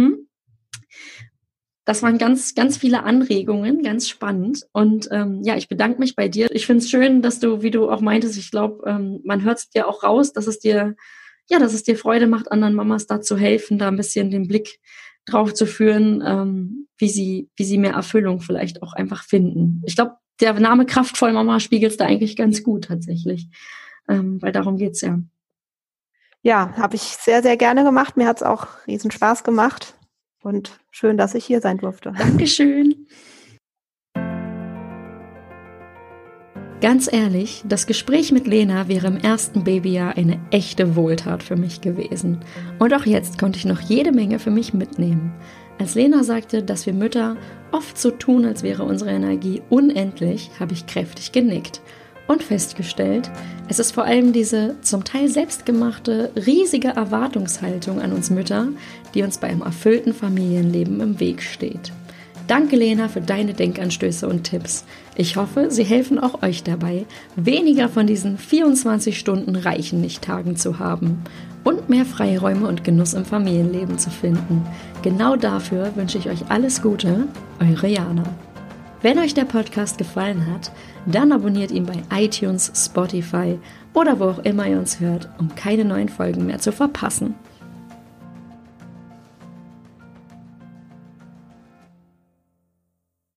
[SPEAKER 1] Das waren ganz, ganz viele Anregungen, ganz spannend. Und ich bedanke mich bei dir. Ich finde es schön, dass du, wie du auch meintest, ich glaube, man hört es dir auch raus, dass es dir Freude macht, anderen Mamas da zu helfen, da ein bisschen den Blick drauf zu führen, wie sie mehr Erfüllung vielleicht auch einfach finden. Ich glaube, der Name Kraftvoll Mama spiegelt es da eigentlich ganz gut tatsächlich, weil darum geht's ja.
[SPEAKER 2] Ja, habe ich sehr, sehr gerne gemacht. Mir hat es auch riesen Spaß gemacht. Und schön, dass ich hier sein durfte.
[SPEAKER 1] Dankeschön. Ganz ehrlich, das Gespräch mit Lena wäre im ersten Babyjahr eine echte Wohltat für mich gewesen. Und auch jetzt konnte ich noch jede Menge für mich mitnehmen. Als Lena sagte, dass wir Mütter oft so tun, als wäre unsere Energie unendlich, habe ich kräftig genickt und festgestellt, es ist vor allem diese zum Teil selbstgemachte, riesige Erwartungshaltung an uns Mütter, die uns bei einem erfüllten Familienleben im Weg steht. Danke, Lena, für deine Denkanstöße und Tipps. Ich hoffe, sie helfen auch euch dabei, weniger von diesen 24 Stunden Reichen-nicht-Tagen zu haben und mehr Freiräume und Genuss im Familienleben zu finden. Genau dafür wünsche ich euch alles Gute, eure Jana. Wenn euch der Podcast gefallen hat, dann abonniert ihn bei iTunes, Spotify oder wo auch immer ihr uns hört, um keine neuen Folgen mehr zu verpassen.